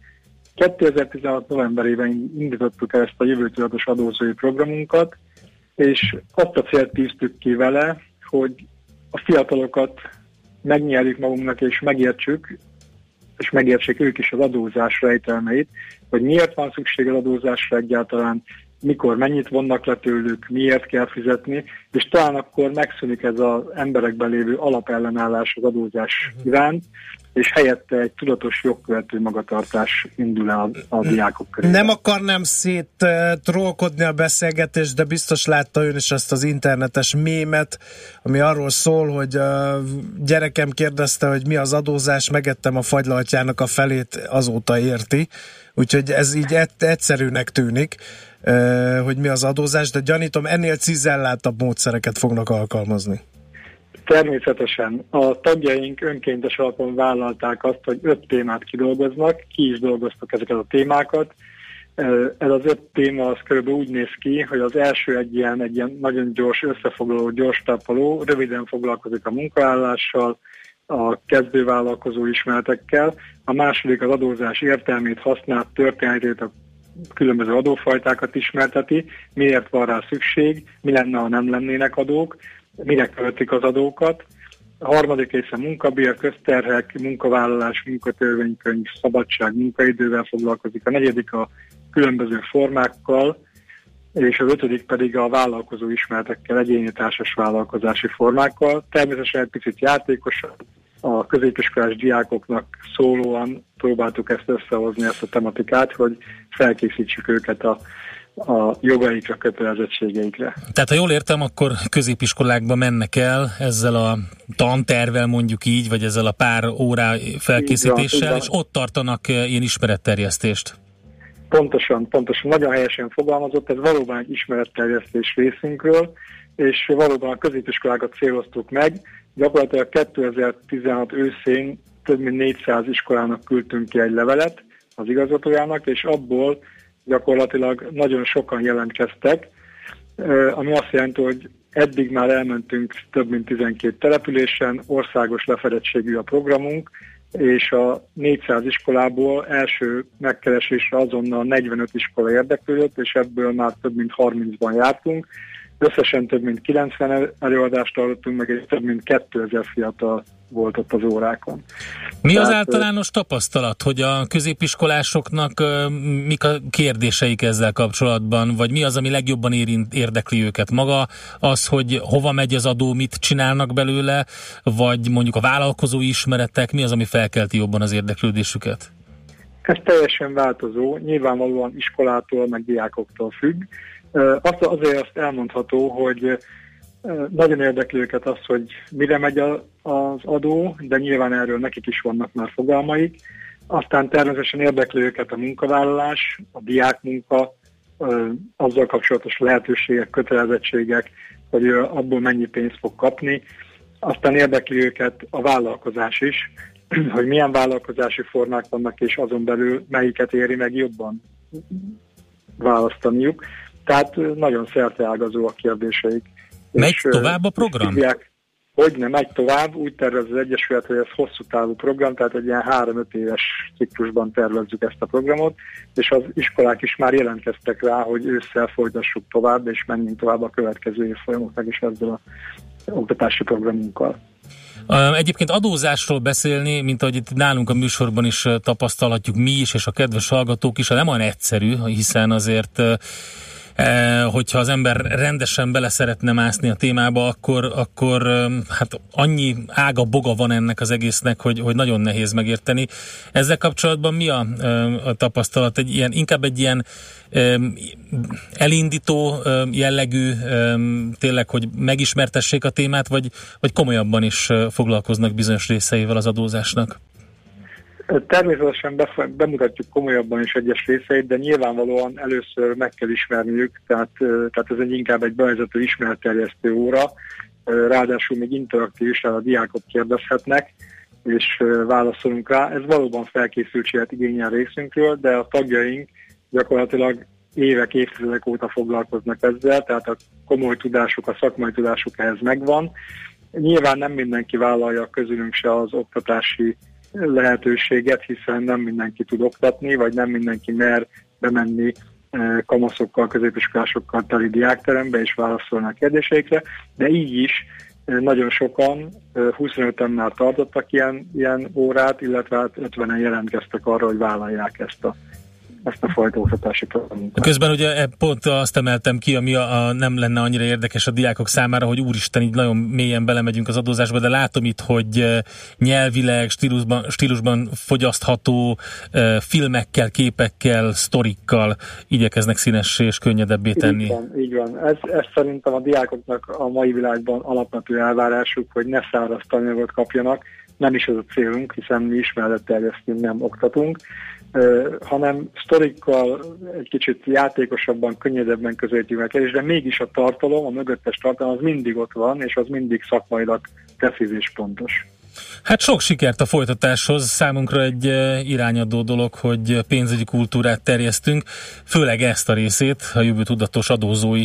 2016 novemberében indítottuk el ezt a Jövő Tudatos Adózói programunkat, és azt a célt tűztük ki vele, hogy a fiatalokat megnyerjük magunknak, és megértsük, és megértsék ők is az adózás rejtelmeit, hogy miért van szükség az adózásra egyáltalán, mikor mennyit vonnak le tőlük, miért kell fizetni, és talán akkor megszűnik ez az emberekben lévő alapellenállás az adózás iránt, és helyette egy tudatos jogkövető magatartás indul el a diákok körében. Nem akarnám trollkodni a beszélgetést, de biztos látta ön is azt az internetes mémet, ami arról szól, hogy a gyerekem kérdezte, hogy mi az adózás, megettem a fagylaltjának a felét, azóta érti. Úgyhogy ez így egyszerűnek tűnik, hogy mi az adózás, de gyanítom, ennél cizellátabb módszereket fognak alkalmazni. Természetesen. A tagjaink önkéntes alapon vállalták azt, hogy 5 témát kidolgoznak, ki is dolgoztak ezeket a témákat. Ez az 5 téma az körülbelül úgy néz ki, hogy az első egy ilyen nagyon gyors összefoglaló, gyors tápoló, röviden foglalkozik a munkaállással, a kezdővállalkozó ismeretekkel, a második az adózás értelmét, használt történetét, a különböző adófajtákat ismerteti, miért van rá szükség, mi lenne, ha nem lennének adók, mire költik az adókat. A harmadik része munkabér, közterhek, munkavállalás, munkatörvénykönyv, szabadság, munkaidővel foglalkozik. A negyedik a különböző formákkal, és az 5. pedig a vállalkozó ismeretekkel, egyéni társas vállalkozási formákkal. Természetesen egy picit játékosan, a középiskolás diákoknak szólóan próbáltuk ezt összehozni, ezt a tematikát, hogy felkészítsük őket a jogaikra, kötelezettségeikre. Tehát ha jól értem, akkor középiskolákba mennek el ezzel a tantervvel, mondjuk így, vagy ezzel a pár órá felkészítéssel, és ott tartanak ilyen ismeretterjesztést. Pontosan, nagyon helyesen fogalmazott, ez valóban egy ismeretterjesztés részünkről, és valóban a középiskolákat céloztuk meg. Gyakorlatilag 2016 őszén több mint 400 iskolának küldtünk ki egy levelet az igazgatójának, és abból gyakorlatilag nagyon sokan jelentkeztek, ami azt jelenti, hogy eddig már elmentünk több mint 12 településen, országos lefedettségű a programunk, és a 400 iskolából első megkeresésre azonnal 45 iskola érdeklődött, és ebből már több mint 30-ban jártunk. Összesen több mint 90 előadást tartottunk meg, és több mint 2000 fiatal volt ott az órákon. Mi az általános tapasztalat, hogy a középiskolásoknak mik a kérdéseik ezzel kapcsolatban, vagy mi az, ami legjobban érdekli őket? Maga az, hogy hova megy az adó, mit csinálnak belőle, vagy mondjuk a vállalkozói ismeretek, mi az, ami felkelti jobban az érdeklődésüket? Ez teljesen változó, nyilvánvalóan iskolától, meg diákoktól függ. Azért azt elmondható, hogy nagyon érdekli őket az, hogy mire megy az adó, de nyilván erről nekik is vannak már fogalmaik. Aztán természetesen érdekli őket a munkavállalás, a diákmunka, azzal kapcsolatos lehetőségek, kötelezettségek, hogy abból mennyi pénzt fog kapni. Aztán érdekli őket a vállalkozás is, hogy milyen vállalkozási formák vannak, és azon belül melyiket éri meg jobban választaniuk. Tehát nagyon szerteágazó a kérdéseik. Megy tovább a program? Hogy nem megy tovább, úgy tervez az Egyesület, hogy ez hosszú távú program, tehát egy ilyen 3-5 éves ciklusban tervezzük ezt a programot, és az iskolák is már jelentkeztek rá, hogy ősszel folytassuk tovább, és menjünk tovább a következő évfolyamoknak is ezzel az oktatási programunkkal. Egyébként adózásról beszélni, mint ahogy itt nálunk a műsorban is tapasztalhatjuk mi is, és a kedves hallgatók is, nem olyan egyszerű, hiszen azért hogyha az ember rendesen bele szeretne mászni a témába, akkor hát annyi ága boga van ennek az egésznek, hogy nagyon nehéz megérteni. Ezzel kapcsolatban mi a tapasztalat? Inkább egy ilyen elindító jellegű, tényleg, hogy megismertessék a témát, vagy komolyabban is foglalkoznak bizonyos részeivel az adózásnak? Természetesen bemutatjuk komolyabban is egyes részeit, de nyilvánvalóan először meg kell ismerniük, tehát ez inkább egy bevezető ismeretterjesztő óra, ráadásul még interaktív is, a diákok kérdezhetnek, és válaszolunk rá. Ez valóban felkészültséget igényel részünkről, de a tagjaink gyakorlatilag évek, évtizedek óta foglalkoznak ezzel, tehát a komoly tudásuk, a szakmai tudásuk ehhez megvan. Nyilván nem mindenki vállalja közülünk se az oktatási lehetőséget, hiszen nem mindenki tud oktatni, vagy nem mindenki mer bemenni kamaszokkal, középiskolásokkal teli diákterembe és válaszolni a kérdéseikre, de így is nagyon sokan, 25-en már tartottak ilyen órát, illetve 50-en jelentkeztek arra, hogy vállalják ezt a fajta oktatási programot. Közben ugye pont azt emeltem ki, ami nem lenne annyira érdekes a diákok számára, hogy úristen, így nagyon mélyen belemegyünk az adózásba, de látom itt, hogy nyelvileg, stílusban fogyasztható filmekkel, képekkel, sztorikkal igyekeznek színessé és könnyedebbé tenni. Így van. Ez szerintem a diákoknak a mai világban alapvető elvárásuk, hogy ne száraz tananyagot kapjanak. Nem is ez a célunk, hiszen mi ismeretterjesztünk, nem oktatunk, hanem sztorikkal egy kicsit játékosabban, könnyedebben közelítjük meg, és de mégis a tartalom, a mögöttes tartalom az mindig ott van, és az mindig szakmailag precíz pontos. Hát sok sikert a folytatáshoz, számunkra egy irányadó dolog, hogy pénzügyi kultúrát terjesztünk, főleg ezt a részét, a jövő tudatos adózói.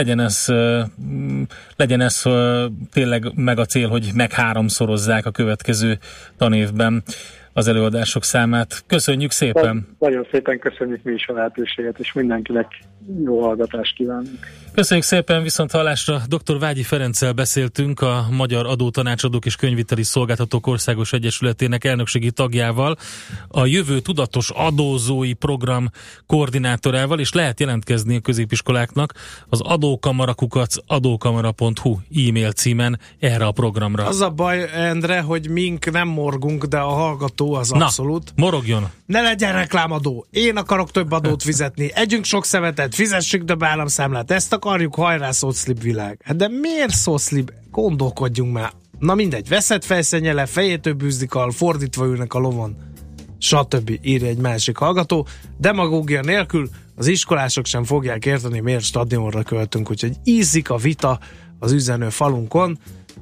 Legyen ez tényleg meg a cél, hogy meg-háromszorozzák a következő tanévben az előadások számát. Köszönjük szépen! Nagyon szépen köszönjük mi is a lehetőséget, és mindenkinek jó hallgatást kívánunk. Köszönjük szépen, viszont hallásra. Dr. Vágyi Ferenccel beszéltünk, a Magyar Adótanácsadók és Könyvviteli Szolgáltatók Országos Egyesületének elnökségi tagjával, a Jövő Tudatos Adózói Program koordinátorával, és lehet jelentkezni a középiskoláknak az adókamara.hu e-mail címen erre a programra. Az a baj, Endre, hogy mink nem morgunk, de a hallgató az abszolút. Morogjon! Ne legyen reklámadó! Én akarok több adót fizetni, együnk sok szemetet, fizessük több államszámlát, ezt akarjuk, hajrá szószlib világ. Hát de miért szószlib? Gondolkodjunk már. Na mindegy, veszett fejszennyele, fejétől bűzdikal, fordítva ülnek a lovon, stb. Írja egy másik hallgató. Demagógia nélkül az iskolások sem fogják érteni, miért stadionra költünk, úgyhogy ízik a vita az üzenő falunkon.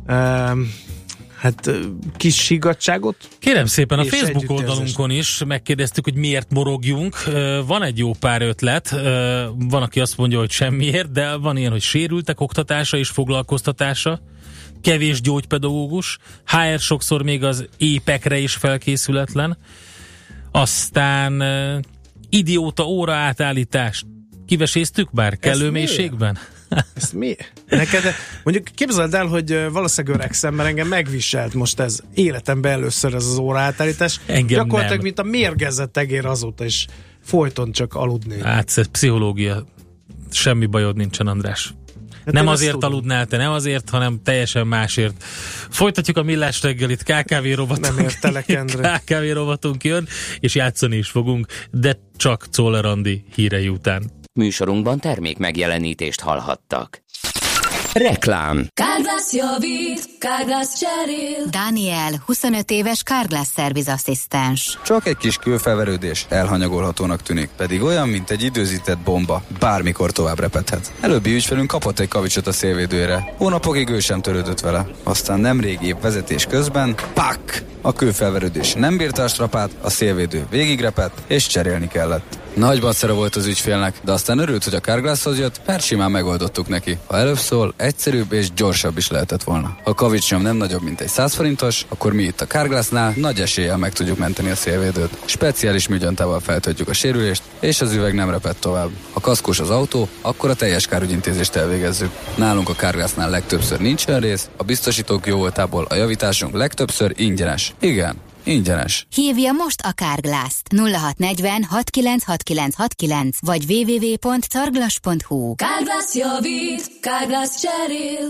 Hát kis higgadtságot. Kérem szépen, a Facebook oldalunkon is megkérdeztük, hogy miért morogjunk. Van egy jó pár ötlet, van, aki azt mondja, hogy semmiért, de van ilyen, hogy sérültek oktatása és foglalkoztatása, kevés gyógypedagógus, HR sokszor még az épekre is felkészületlen, aztán idióta óra átállítás. Kiveséztük bár kellő mélységben? Ezt mi? Neked, mondjuk képzeld el, hogy valószínűleg öregszem, mert engem megviselt most ez életemben először ez az óraátállítás. Gyakorlatilag, nem. Mint a mérgezett egér azóta is folyton csak aludni. Hát ez pszichológia. Semmi bajod nincsen, András. Hát nem azért aludnál te, nem azért, hanem teljesen másért. Folytatjuk a Millás reggelit, KKV rovatunk. Nem értelek, Endre. KKV rovatunk jön, és játszani is fogunk, de csak Czoller Andi hírei után. Műsorunkban termék megjelenítést hallhattak. Reklám. Carglass javít, Carglass cserél. Daniel, 25 éves Carglass szervizasszisztens. Csak egy kis kőfelverődés elhanyagolhatónak tűnik, pedig olyan, mint egy időzített bomba, bármikor tovább repedhet. Előbbi ügyfelünk kapott egy kavicsot a szélvédőre. Hónapokig ő sem törődött vele. Aztán nemrég épp vezetés közben, pak! A kőfelverődés nem bírta a strapát, a szélvédő végigrepett, és cserélni kellett. Nagy bacera volt az ügyfélnek, de aztán örült, hogy a Carglasshoz jött, mert simán megoldottuk neki. Ha előbb szól, egyszerűbb és gyorsabb is lehetett volna. Ha a kavicsnyom nem nagyobb, mint egy 100 forintos, akkor mi itt a Carglassnál nagy eséllyel meg tudjuk menteni a szélvédőt. Speciális műgyantával feltöltjük a sérülést, és az üveg nem reped tovább. Ha kaszkós az autó, akkor a teljes kárügyintézést elvégezzük. Nálunk a Carglassnál legtöbbször nincs olyan rész, a biztosítók jóvoltából a javításunk legtöbbször ingyenes. Igen, ingyenes. Hívja most a Carglass-t 0640 696969 vagy www.carglass.hu. Carglass javít, Carglass cserél.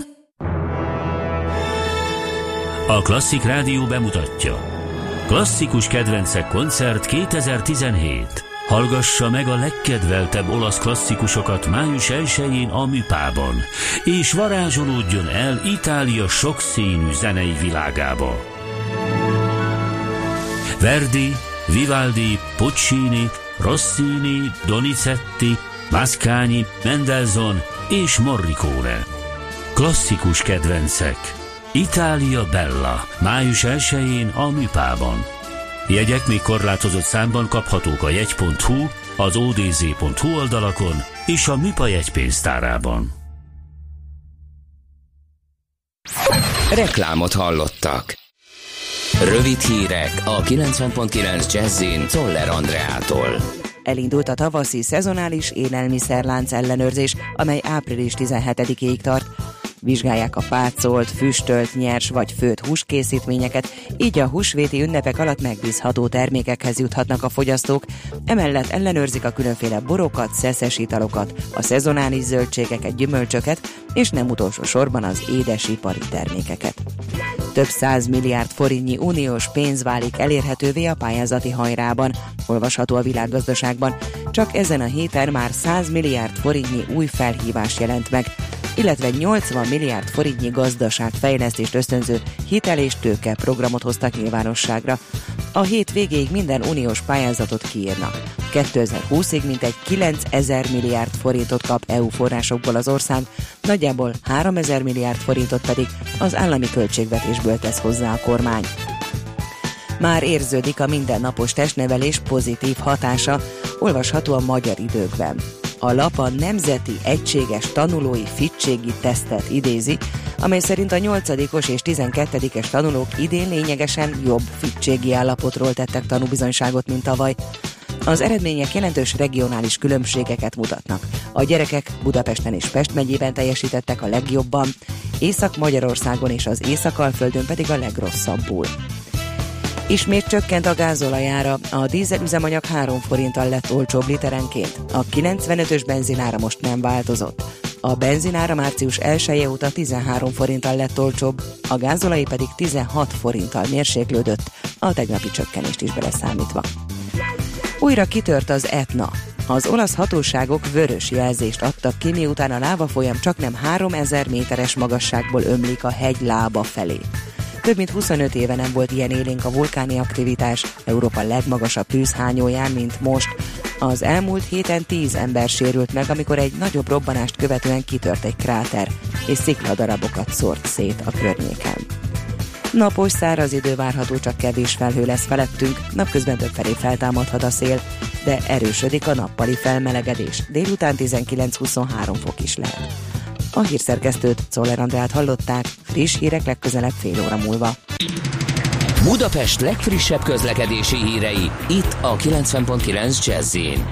A Klasszik Rádió bemutatja. Klasszikus kedvencek koncert 2017. Hallgassa meg a legkedveltebb olasz klasszikusokat május 1-én a Műpában, és varázsolódjon el Itália sokszínű zenei világába. Verdi, Vivaldi, Puccini, Rossini, Donizetti, Mascagni, Mendelssohn és Morricone. Klasszikus kedvencek. Itália Bella, május 1-én a Műpában. Jegyek még korlátozott számban kaphatók a jegy.hu, az odz.hu oldalakon és a Műpa jegypénztárában. Reklámot hallottak. Rövid hírek a 90.9 Jazzin Czoller Andreától. Elindult a tavaszi szezonális élelmiszerlánc ellenőrzés, amely április 17-ig tart. Vizsgálják a pácolt, füstölt, nyers vagy főtt húskészítményeket, így a húsvéti ünnepek alatt megbízható termékekhez juthatnak a fogyasztók. Emellett ellenőrzik a különféle borokat, szeszes italokat, a szezonális zöldségeket, gyümölcsöket, és nem utolsó sorban az édesipari termékeket. Több 100 milliárd forintnyi uniós pénz válik elérhetővé a pályázati hajrában, olvasható a Világgazdaságban. Csak ezen a héten már 100 milliárd forintnyi új felhívás jelent meg, illetve 80 milliárd forintnyi gazdaságfejlesztést ösztönző hitel- és tőke programot hoztak nyilvánosságra. A hét végéig minden uniós pályázatot kiírnak. 2020-ig mintegy 9000 milliárd forintot kap EU forrásokból az ország, nagyjából 3000 milliárd forintot pedig az állami költségvetésből tesz hozzá a kormány. Már érződik a mindennapos testnevelés pozitív hatása, olvasható a Magyar Időkben. A lap a Nemzeti Egységes Tanulói Fittségi Tesztet idézi, amely szerint a 8-os és 12-es tanulók idén lényegesen jobb fittségi állapotról tettek tanúbizonyságot, mint tavaly. Az eredmények jelentős regionális különbségeket mutatnak. A gyerekek Budapesten és Pest megyében teljesítettek a legjobban, Észak-Magyarországon és az Észak-Alföldön pedig a legrosszabbul. Ismét csökkent a gázolajára, a dízelüzemanyag 3 forinttal lett olcsóbb literenként. A 95-ös benzinára most nem változott. A benzinára március 1-e óta 13 forinttal lett olcsóbb, a gázolaj pedig 16 forinttal mérséklődött, a tegnapi csökkenést is beleszámítva. Újra kitört az Etna. Az olasz hatóságok vörös jelzést adtak ki, miután a lávafolyam csaknem 3000 méteres magasságból ömlik a hegy lába felé. Több mint 25 éve nem volt ilyen élénk a vulkáni aktivitás Európa legmagasabb tűzhányóján, mint most. Az elmúlt héten 10 ember sérült meg, amikor egy nagyobb robbanást követően kitört egy kráter, és szikladarabokat szórt szét a környéken. Napos, száraz idő várható, csak kevés felhő lesz felettünk, napközben többfelé feltámadhat a szél, de erősödik a nappali felmelegedés, délután 19-23 fok is lehet. A hírszerkesztőt, Czoller Andrát hallották, friss hírek legközelebb fél óra múlva. Budapest legfrissebb közlekedési hírei, itt a 90.9 Jazz-in.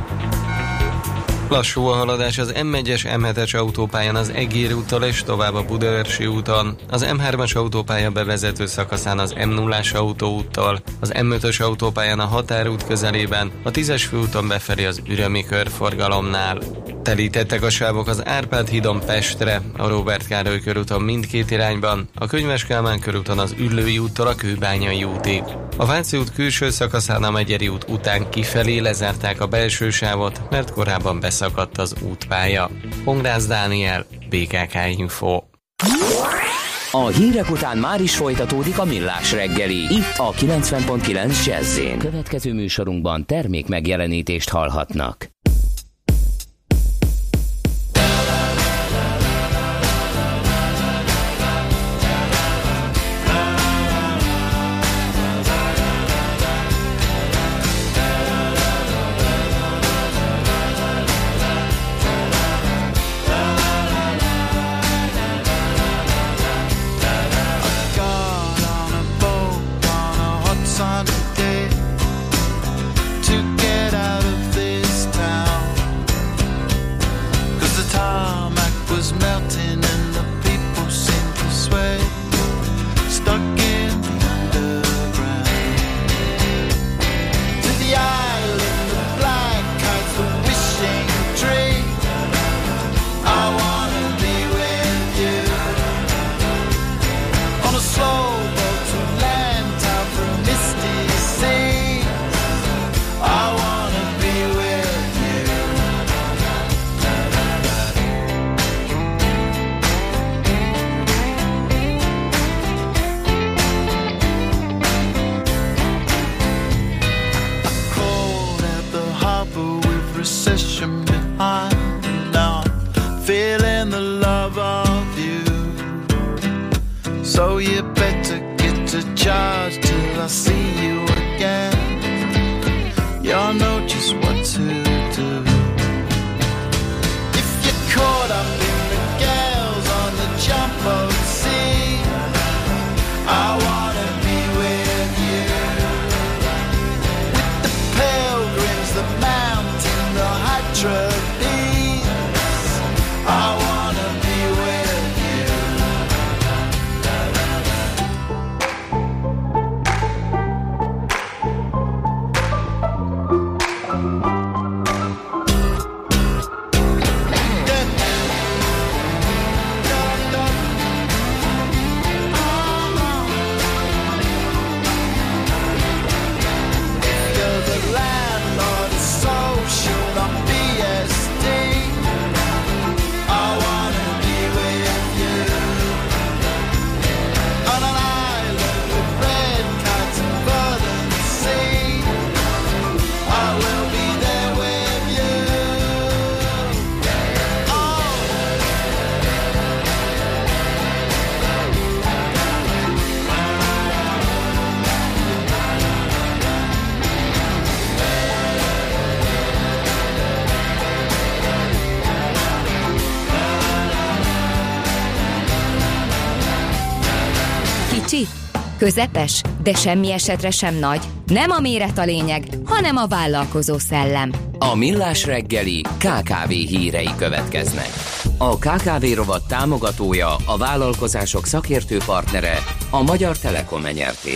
Lassú a haladás az M1-es, M7-es autópályán az Egér úttal és tovább a Budaörsi úton, az M3-as autópálya bevezető szakaszán az M0-as autóúttal, az M5-ös autópályán a Határút közelében, a 10-es főúton befelé az Ürömi körforgalomnál. Telítettek a sávok az Árpád hídon Pestre, a Róbert Károly körúton mindkét irányban, a Könyves Kálmán körúton az Üllői úttól a Kőbányai útig. A Váci út külső szakaszán a Megyeri út után kifelé lezárták a belső sávot, mert korábban beszakadt az útpálya. Pongrász Dániel, BKK Info. A hírek után már is folytatódik a Millás reggeli, itt a 90.9 Jazz-én. Következő műsorunkban termék megjelenítést hallhatnak. Now I'm feeling the love of you. So you better get to charge till I see you again. Y'all know just what to do. If you're caught up in the gales on the jumbo sea, I wanna be with you. With the pilgrims, the mountain, the high trapeze, I wanna be with you. You're the landlord of social on BSD. I wanna be with you. On an island with red kites and golden sea, I will be there with you. Kicsi, közepes, de semmi esetre sem nagy. Nem a méret a lényeg, hanem a vállalkozó szellem. A Millás reggeli KKV hírei következnek. A KKV rovat támogatója, a vállalkozások szakértő partnere, a Magyar Telekom Nyrt.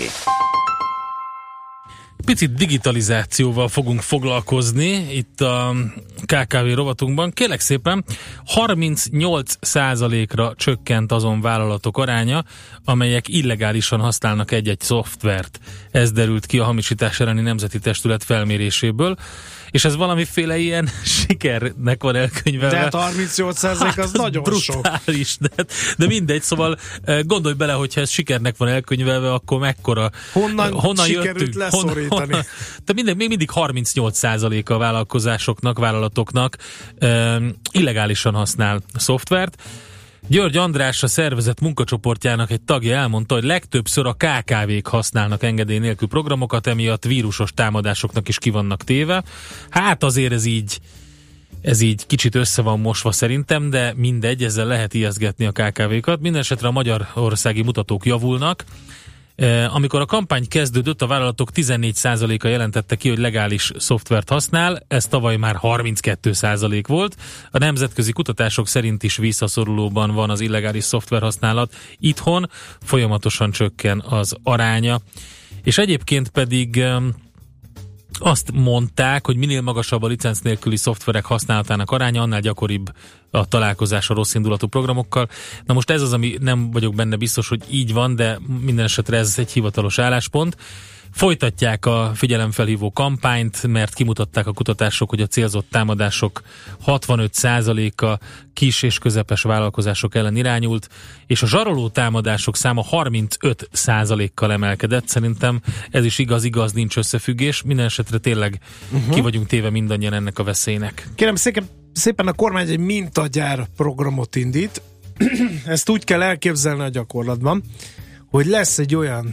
Picit digitalizációval fogunk foglalkozni itt a KKV rovatunkban. Kérlek szépen, 38%-ra csökkent azon vállalatok aránya, amelyek illegálisan használnak egy-egy szoftvert. Ez derült ki a hamisítás elleni nemzeti testület felméréséből, és ez valamiféle ilyen sikernek van elkönyvelve. De hát 38% az nagyon brutális, de mindegy, szóval gondolj bele, hogyha ez sikernek van elkönyvelve, akkor mekkora... Honnan sikerült leszorítani? De még mindig 38% a vállalkozásoknak, vállalatoknak illegálisan használ szoftvert. György András, a szervezet munkacsoportjának egy tagja elmondta, hogy legtöbbször a KKV-k használnak engedély nélkül programokat, emiatt vírusos támadásoknak is ki vannak téve. Hát azért ez így kicsit össze van mosva szerintem, de mindegy, ezzel lehet ijesztgetni a KKV-kat. Mindenesetre a magyarországi mutatók javulnak. Amikor a kampány kezdődött, a vállalatok 14%-a jelentette ki, hogy legális szoftvert használ, ez tavaly már 32% volt. A nemzetközi kutatások szerint is visszaszorulóban van az illegális szoftverhasználat. Itthon folyamatosan csökken az aránya. És egyébként pedig azt mondták, hogy minél magasabb a licenc nélküli szoftverek használatának aránya, annál gyakoribb a találkozás a rosszindulatú programokkal. Na most ez az, ami nem vagyok benne biztos, hogy így van, de minden esetre ez egy hivatalos álláspont. Folytatják a figyelemfelhívó kampányt, mert kimutatták a kutatások, hogy a célzott támadások 65%-a kis és közepes vállalkozások ellen irányult, és a zsaroló támadások száma 35%-kal emelkedett. Szerintem ez is igaz, nincs összefüggés. Minden esetre tényleg ki vagyunk téve mindannyian ennek a veszélynek. Kérem szépen a kormány egy mintagyár programot indít. Ezt úgy kell elképzelni a gyakorlatban, hogy lesz egy olyan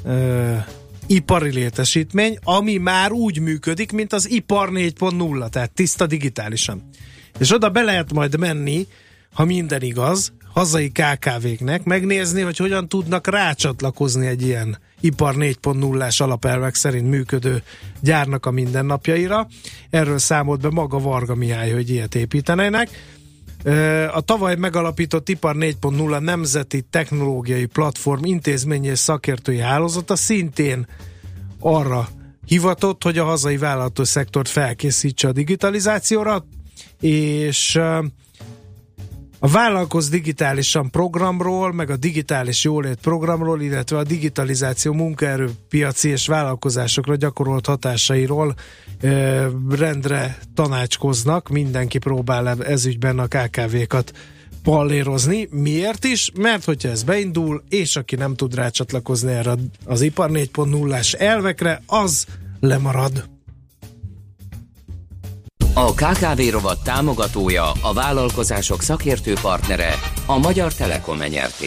ipari létesítmény, ami már úgy működik, mint az ipar 4.0, tehát tiszta digitálisan. És oda be lehet majd menni, ha minden igaz, hazai KKV-knek megnézni, hogy hogyan tudnak rácsatlakozni egy ilyen ipar 4.0-ás alapelvek szerint működő gyárnak a mindennapjaira. Erről számolt be maga Varga Mihály, hogy ilyet építenének. A tavaly megalapított Ipar 4.0 nemzeti technológiai platform intézményi és szakértői hálózata szintén arra hivatott, hogy a hazai vállalatos szektort felkészítse a digitalizációra, és a Vállalkozz Digitálisan programról, meg a Digitális Jólét programról, illetve a digitalizáció munkaerőpiaci és vállalkozásokra gyakorolt hatásairól rendre tanácskoznak. Mindenki próbál ezügyben a KKV-kat pallérozni. Miért is? Mert hogyha ez beindul, és aki nem tud rácsatlakozni erre az ipar 4.0-ás elvekre, az lemarad. A KKV rovat támogatója, a vállalkozások szakértő partnere, a Magyar Telekom Nyrt.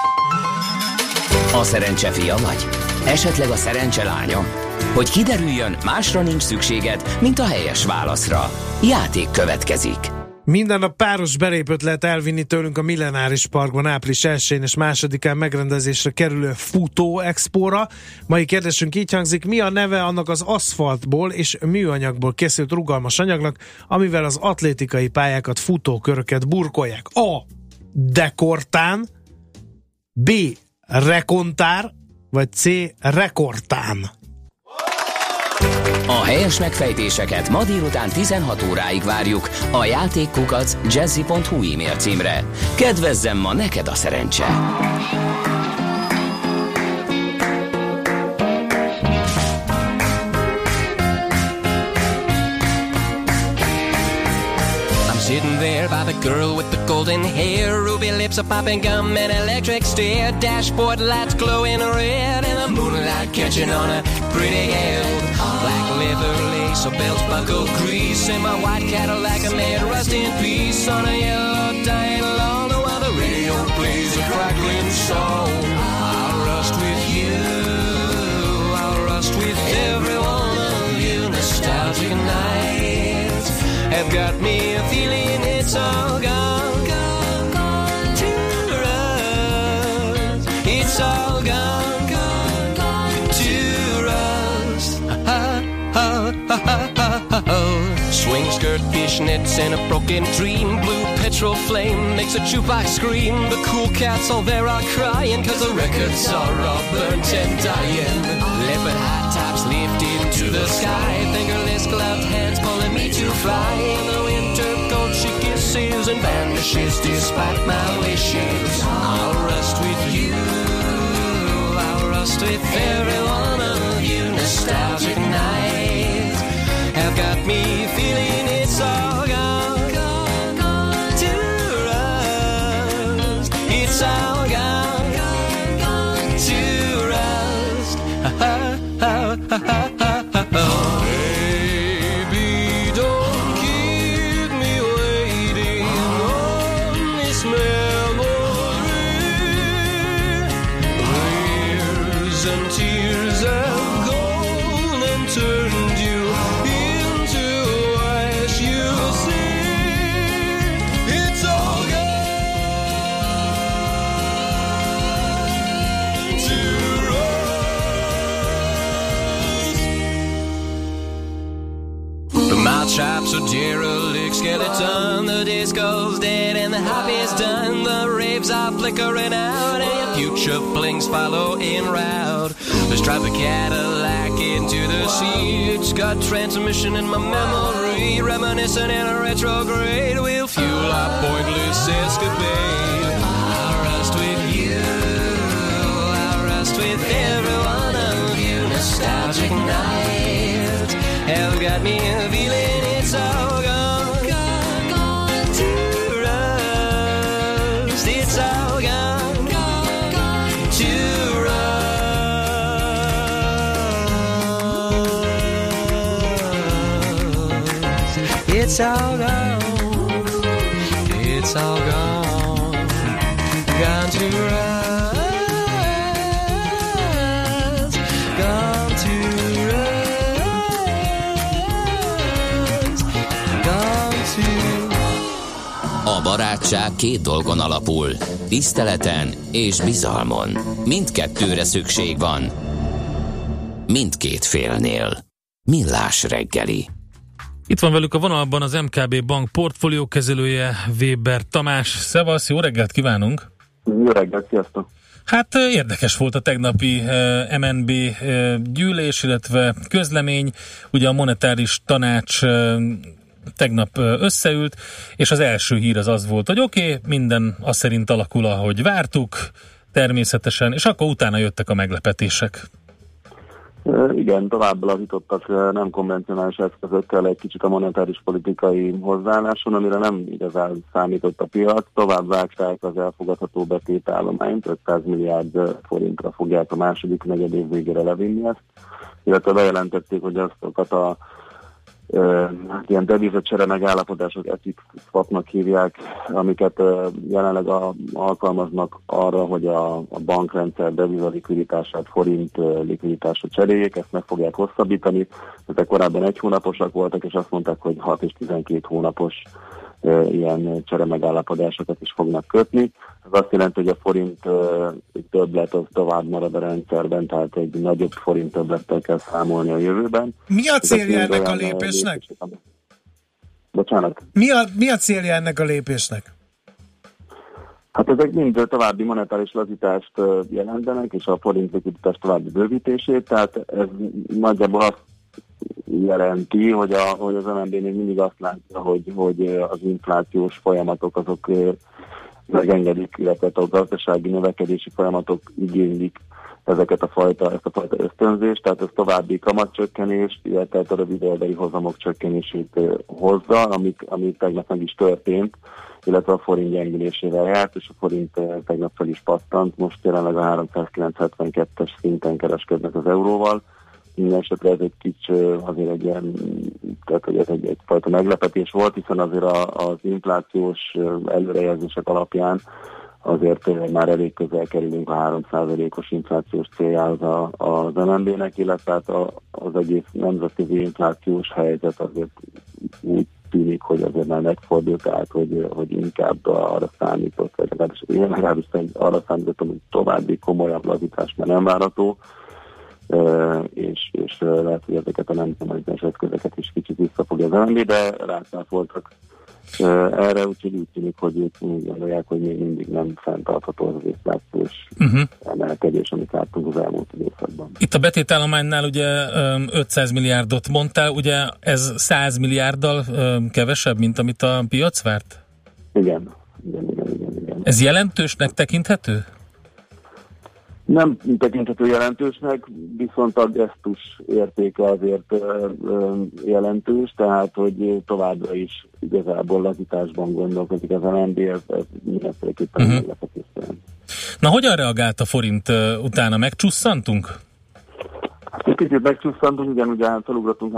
A szerencse fia vagy? Esetleg a szerencse lánya? Hogy kiderüljön, másra nincs szükséged, mint a helyes válaszra. Játék következik. Minden nap páros belépőt lehet elvinni tőlünk a Millenáris Parkban április 1-én és 2-án megrendezésre kerülő Futó Expóra. Mai kérdésünk így hangzik: mi a neve annak az aszfaltból és műanyagból készült rugalmas anyagnak, amivel az atlétikai pályákat, futóköröket burkolják? A. Dekortán, B. Rekontár, vagy C. Rekortán? A helyes megfejtéseket ma délután 16 óráig várjuk a játékkukac@jazzy.hu e-mail címre. Kedvezzem ma neked a szerencse! Sitting there by the girl with the golden hair, ruby lips, a popping gum, and electric stare. Dashboard lights glowing red, and the moonlight catching on a pretty hair. Black leather lace, a belt's buckle grease, and my white Cadillac, a made rust in peace on a yellow dying lawn. While the radio plays a crackling song, I'll rust with you, I'll rust with every one of you. Nostalgic nights have got me a feeling it's all gone, gone, gone to rust. It's all gone, gone, gone to rust. Swing skirt, fishnets, and a broken dream. Blue petrol flame makes a jukebox scream. The cool cats all there are crying, 'cause the records are all burnt and dying. Leopard high tops lift into the sky. Fingerless gloved hands pulling me to fly. In the winter cold she kisses and vanishes despite my wishes. I'll rust with you, I'll rust with every one of you. Nostalgic nights have got me feeling it's all gone, gone, gone to rust. It's all gone, gone, gone to rust. Baby, don't keep me waiting on this memory. Years and tears have gone and turned you into ash. You see, it's all gone to the mouth shops are derelict skeleton. The disco's dead and the hobby's done. The raves are flickering out and your future flings follow in route. Let's drive the Cadillac into the sea. It's got transmission in my memory, reminiscent in a retrograde. We'll fuel our pointless escapade. I'll rust with you, I'll rust with every one of you. Nostalgic nights have got me feeling it's all gone, gone, gone to rust. It's all gone, gone, gone to rust. It's all gone, it's all gone, gone to rust, gone to A barátság két dolgon alapul: tiszteleten és bizalmon. Mindkettőre szükség van. Mindkét félnél. Millás reggeli. Itt van velük a vonalban az MKB Bank portfóliókezelője, Weber Tamás. Szevasz, jó reggelt kívánunk! Jó reggelt, sziasztok! Hát érdekes volt a tegnapi MNB gyűlés, illetve közlemény. Ugye a monetáris tanács tegnap összeült, és az első hír az volt, hogy oké, minden azt szerint alakul, ahogy vártuk, természetesen, és akkor utána jöttek a meglepetések. Igen, tovább lazítottak nem konvencionális eszközökkel egy kicsit a monetáris politikai hozzáálláson, amire nem igazán számított a piac. Tovább vágták az elfogadható betétállományt, 500 milliárd forintra fogják a második negyedév végére levinni ezt, illetve bejelentették, hogy azokat a ilyen devizacsere megállapodások, ethics swapnak hívják, amiket jelenleg alkalmaznak arra, hogy a bankrendszer deviza likviditását forint likviditásra cseréljék, ezt meg fogják hosszabbítani. Ezek korábban 1 hónaposak voltak, és azt mondták, hogy 6 és 12 hónapos ilyen cseremegállapodásokat is fognak kötni. Ez azt jelenti, hogy a forint többlet az tovább marad a rendszerben, tehát egy nagyobb forint többlettel kell számolni a jövőben. Mi a célja ennek a lépésnek? Bocsánat? Mi a célja ennek a lépésnek? Hát ezek mind további monetáris lazítást jelentenek, és a forint likviditás további bővítését, tehát ez nagyjából azt jelenti, hogy az MNB még mindig azt látja, hogy az inflációs folyamatok azok megengedik, illetve a gazdasági növekedési folyamatok igénylik ezt a fajta ösztönzést, tehát ez további kamatcsökkenést, illetve a rövid oldali hozamok csökkenését hozza, ami tegnap meg is történt, illetve a forint gyengülésével járt, és a forint tegnap fel is pattant, most jelenleg a 309,72-es szinten kereskednek az euróval. Minden esetre ez egy azért egy ilyen, tehát hogy ez egyfajta meglepetés volt, hiszen azért az inflációs előrejelzések alapján azért már elég közel kerülünk a 3%-os inflációs céljához az MNB-nek, illetve hát az egész nemzetközi inflációs helyzet azért úgy tűnik, hogy azért már megfordult, tehát hogy inkább arra számított, vagy legalábbis arra számítottam, hogy további komolyabb lazítás már nem várható, és lehet, hogy ezeket a nem monetáris eszközöket is kicsit visszafogja az MNB, de rászáfoltak erre, úgyhogy úgy tűnik, hogy ők úgy gondolják, hogy még mindig nem fenntartható az inflációs emelkedés, amit láttunk az elmúlt időszakban. Itt a betétállománynál ugye 500 milliárdot mondtál, ugye ez 100 milliárddal kevesebb, mint amit a piac várt? Igen. Ez jelentősnek tekinthető? Nem tekinthető jelentősnek, viszont a gesztus értéke azért jelentős, tehát hogy továbbra is igazából lazításban gondolkodik az MNB, ez mindenféleképpen meglepetés. Na, hogyan reagált a forint utána? Megcsusszantunk? Egy kicsit megcsusszantunk, ugye felugrottunk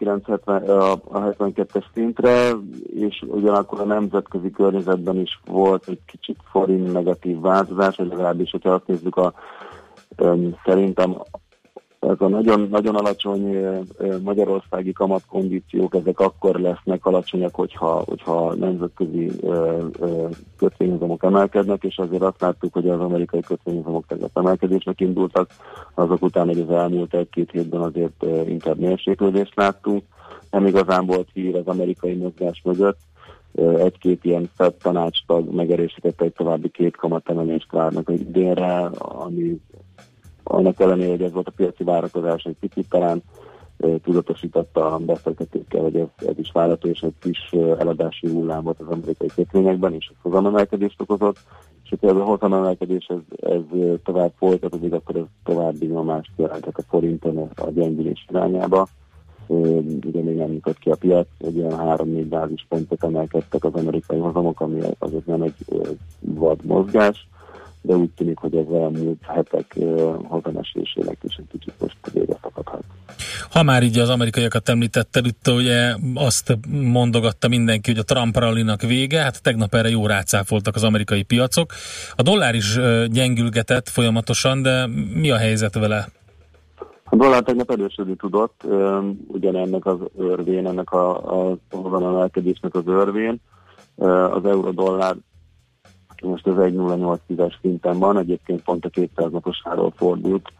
309,72-es szintre, és ugyanakkor a nemzetközi környezetben is volt egy kicsit forint negatív változás, vagy legalábbis, hogyha azt nézzük, szerintem ez a nagyon, nagyon alacsony magyarországi kamatkondíciók, ezek akkor lesznek alacsonyak, hogyha nemzetközi kötvényhozamok emelkednek, és azért azt láttuk, hogy az amerikai kötvényhozamok tegnap emelkedésnek indultak, azok után, hogy az elmúlt 1-2 hétben azért inkább mérséklődést láttunk. Nem igazán volt hír az amerikai mozgás mögött, 1-2 ilyen Fed tanácstag megerősítette, egy további 2 kamatemelést várnak az idénre, ami annak ellenére, hogy ez volt a piaci várakozás, egy picit talán tudatosította a befektetőkkel, hogy ez is várható, és egy kis eladási hullám volt az amerikai kötvényekben, és ez hozamemelkedést okozott, és hogyha ez a hozamemelkedés ez tovább folytatódik, akkor ez további nyomást jelentett a forinton a gyengülés irányába. Ugye még nem jutott ki a piac, egy ilyen 3-4 bázispontot emelkedtek az amerikai hozamok, ami azért nem egy vad mozgás, de úgy tűnik, hogy az elmúlt hetek hozamesésének is egy kicsit most vége szakadhat. Ha már így az amerikaiakat említetted, itt ugye azt mondogatta mindenki, hogy a Trump rallinak vége, hát tegnap erre jó rácáfoltak az amerikai piacok. A dollár is gyengülgetett folyamatosan, de mi a helyzet vele? A dollár tegnap erősödni tudott, ugyanennek az örvén, ennek a hozamemelkedésnek az örvén. Az euró-dollár most az 1,08-es szinten van, egyébként pont a 200 naposáról fordult,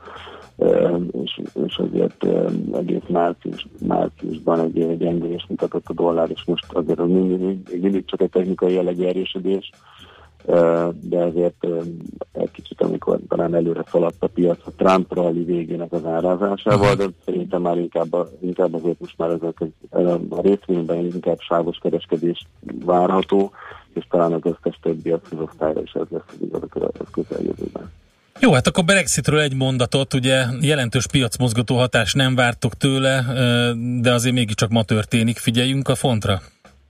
és azért egész márciusban egy gyengülés mutatott a dollár, és most azért mindig csak egy technikai jellegű erősödés, de azért egy kicsit, amikor talán előre szaladt a piac a Trump rally végének az árázásával, de szerintem már inkább azért most már a részvényben inkább sávos kereskedés várható, és talán az összes többi eszközosztályra is ez lesz az igaz a közeljövőben. Jó, hát akkor Brexitről egy mondatot, ugye jelentős piacmozgató hatás nem vártok tőle, de azért mégiscsak ma történik, figyeljünk a fontra?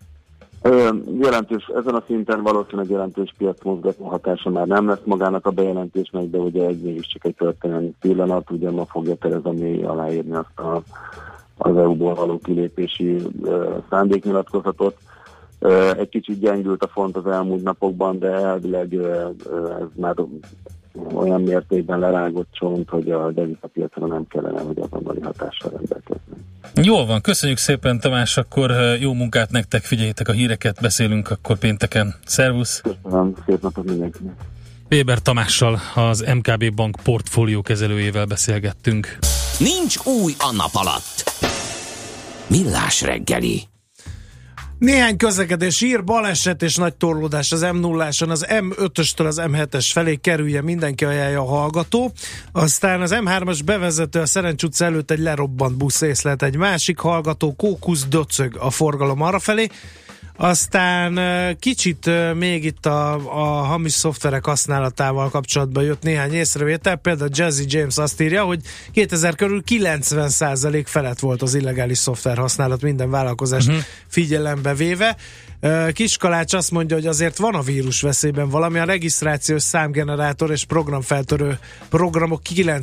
Jelentős, ezen a szinten valószínűleg jelentős piacmozgató hatása már nem lesz magának a bejelentésnek, de ugye ez mégiscsak egy történelmi pillanat, ugye ma fogja Theresa May aláírni azt az EU-ból való kilépési szándéknyilatkozatot. Egy kicsit gyengült a font az elmúlt napokban, de elvileg ez már olyan mértékben lerágott csont, hogy a devizapiacra nem kellene, hogy azonnali hatással rendelkezni. Jól van, köszönjük szépen, Tamás, akkor jó munkát nektek, figyeljétek a híreket, beszélünk akkor pénteken. Szervusz! Köszönöm, szép napot mindenkinek! Weber Tamással, az MKB Bank portfólió kezelőjével beszélgettünk. Nincs új a nap alatt. Millás reggeli. Néhány közlekedés ír, baleset és nagy torlódás az M0-áson, az M5-östől az M7-es felé kerülje, mindenki ajánlja a hallgató. Aztán az M3-as bevezető a Szerencs utca előtt egy lerobbant busz észlelt, egy másik hallgató, kókusz döcög a forgalom arrafelé. Aztán kicsit még itt a hamis szoftverek használatával kapcsolatban jött néhány észrevétel, például Jazzy James azt írja, hogy 2000 körül 90% felett volt az illegális szoftver használat minden vállalkozást figyelembe véve. Kiskalács azt mondja, hogy azért van a vírus veszélyben valami, a regisztrációs számgenerátor és programfeltörő programok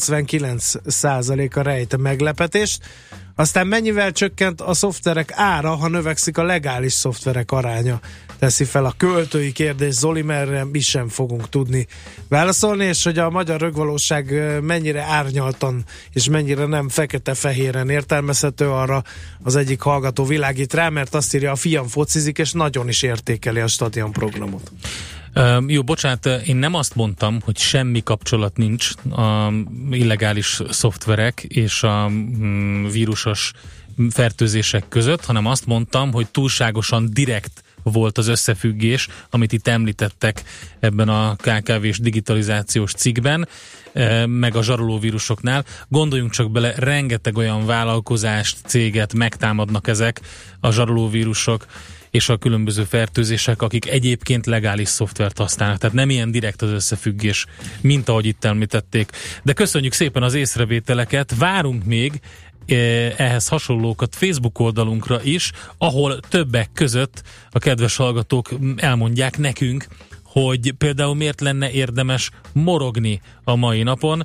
99%-a rejt meglepetést. Aztán mennyivel csökkent a szoftverek ára, ha növekszik a legális szoftverek aránya? Teszi fel a költői kérdés Zoli, mert mi sem fogunk tudni válaszolni, és hogy a magyar rögvalóság mennyire árnyaltan és mennyire nem fekete-fehéren értelmezhető, arra az egyik hallgató világít rá, mert azt írja, a fiam focizik, és nagyon is értékeli a stadionprogramot. Jó, bocsánat, én nem azt mondtam, hogy semmi kapcsolat nincs a illegális szoftverek és a vírusos fertőzések között, hanem azt mondtam, hogy túlságosan direkt volt az összefüggés, amit itt említettek ebben a KKV-s digitalizációs cikkben, meg a zsarolóvírusoknál. Gondoljunk csak bele, rengeteg olyan vállalkozást, céget megtámadnak ezek a zsarolóvírusok és a különböző fertőzések, akik egyébként legális szoftvert használnak. Tehát nem ilyen direkt az összefüggés, mint ahogy itt említették. De köszönjük szépen az észrevételeket, várunk még ehhez hasonlókat Facebook oldalunkra is, ahol többek között a kedves hallgatók elmondják nekünk, hogy például miért lenne érdemes morogni a mai napon.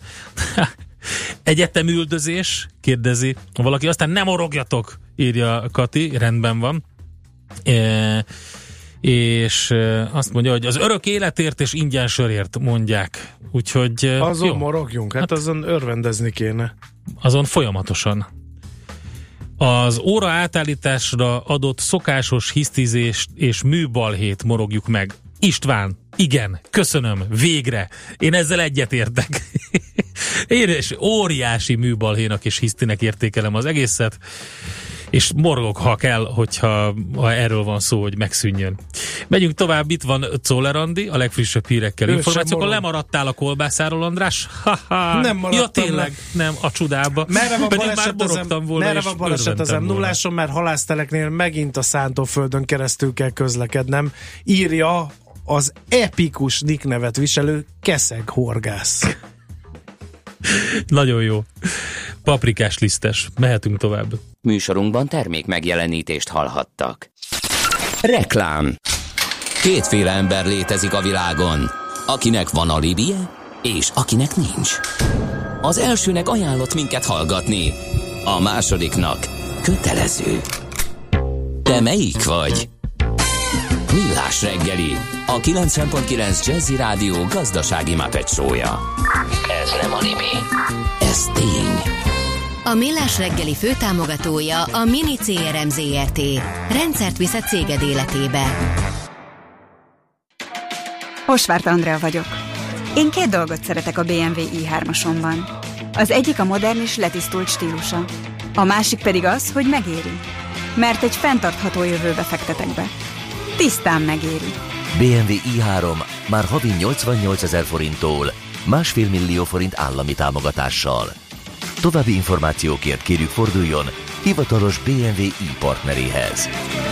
Egyetemüldözés, kérdezi valaki, aztán nem morogjatok, írja Kati, rendben van. És azt mondja, hogy az örök életért és ingyen sörért mondják. Úgyhogy azon jó. morogjunk, hát azon örvendezni kéne. Azon folyamatosan. Az óra átállításra adott szokásos hisztizést és műbalhét morogjuk meg. István, igen, köszönöm, végre. Én ezzel egyetértek. Én is óriási műbalhénak és hisztinek értékelem az egészet, és morgok, ha kell, ha erről van szó, hogy megszűnjön. Megyünk tovább, itt van Czoller Andi, a legfrissebb hírekkel. Információkkal lemaradtál a kolbászáról, András? Nem maradtam. Ja, tényleg, nem, a csudába. Merre van baleset az M0-áson, mert halászteleknél megint a szántóföldön keresztül kell közlekednem. Írja az epikus nick nevet viselő Keszeg horgász. Nagyon jó. Paprikás lisztes. Mehetünk tovább. Műsorunkban termék megjelenítést hallhattak. Reklám. Kétféle ember létezik a világon, akinek van alibije, és akinek nincs. Az elsőnek ajánlott minket hallgatni, a másodiknak kötelező. Te melyik vagy? Millás reggeli, a 90.9 Jazzy Rádió gazdasági Muppet show-ja. Ez nem anime, ez tény. A Millás reggeli főtámogatója a Mini CRM Zrt. Rendszert visz a céged életébe. Osvárt Andrea vagyok. Én 2 dolgot szeretek a BMW i3-asomban. Az egyik a modern és letisztult stílusa. A másik pedig az, hogy megéri. Mert egy fenntartható jövőbe fektetek be. Tisztán megéri. BMW i3 már havi 88 000 forinttól, 1,5 millió forint állami támogatással. További információkért kérjük forduljon hivatalos BMW i-partneréhez.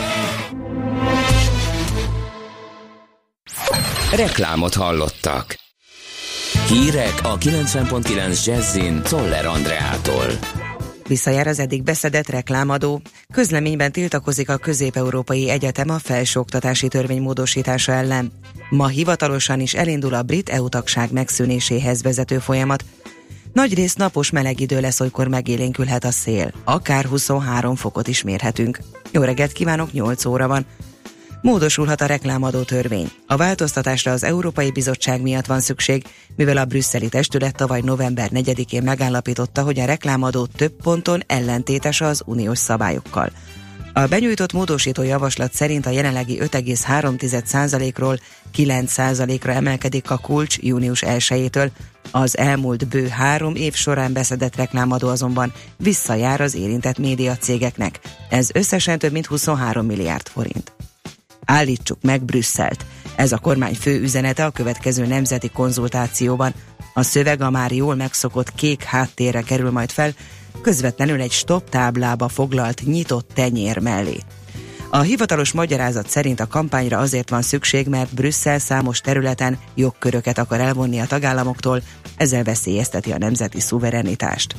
Reklámot hallottak. Hírek a 90.9 Jazzin Czoller Andreától. Visszajár az eddig beszedett reklámadó. Közleményben tiltakozik a Közép-Európai Egyetem a felsőoktatási törvény módosítása ellen. Ma hivatalosan is elindul a brit EU tagság megszűnéséhez vezető folyamat. Nagyrészt napos meleg idő lesz, olykor megélénkülhet a szél. Akár 23 fokot is mérhetünk. Jó reggelt kívánok, 8 óra van. Módosulhat a reklámadó törvény. A változtatásra az Európai Bizottság miatt van szükség, mivel a brüsszeli testület tavaly november 4-én megállapította, hogy a reklámadó több ponton ellentétes az uniós szabályokkal. A benyújtott módosító javaslat szerint a jelenlegi 5,3%-ról 9%-ra emelkedik a kulcs június 1-től. Az elmúlt bő 3 év során beszedett reklámadó azonban visszajár az érintett médiacégeknek. Ez összesen több mint 23 milliárd forint. Állítsuk meg Brüsszelt. Ez a kormány fő üzenete a következő nemzeti konzultációban. A szöveg a már jól megszokott kék háttérre kerül majd fel, közvetlenül egy stop táblába foglalt nyitott tenyér mellé. A hivatalos magyarázat szerint a kampányra azért van szükség, mert Brüsszel számos területen jogköröket akar elvonni a tagállamoktól, ezzel veszélyezteti a nemzeti szuverenitást.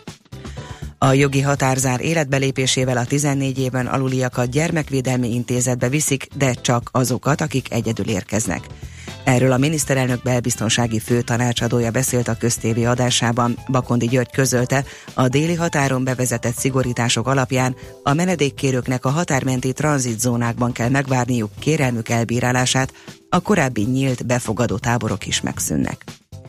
A jogi határzár életbelépésével a 14 éven aluliakat gyermekvédelmi intézetbe viszik, de csak azokat, akik egyedül érkeznek. Erről a miniszterelnök belbiztonsági főtanácsadója beszélt a köztévé adásában. Bakondi György közölte, a déli határon bevezetett szigorítások alapján a menedékkérőknek a határmenti tranzitzónákban kell megvárniuk kérelmük elbírálását, a korábbi nyílt befogadó táborok is megszűnnek.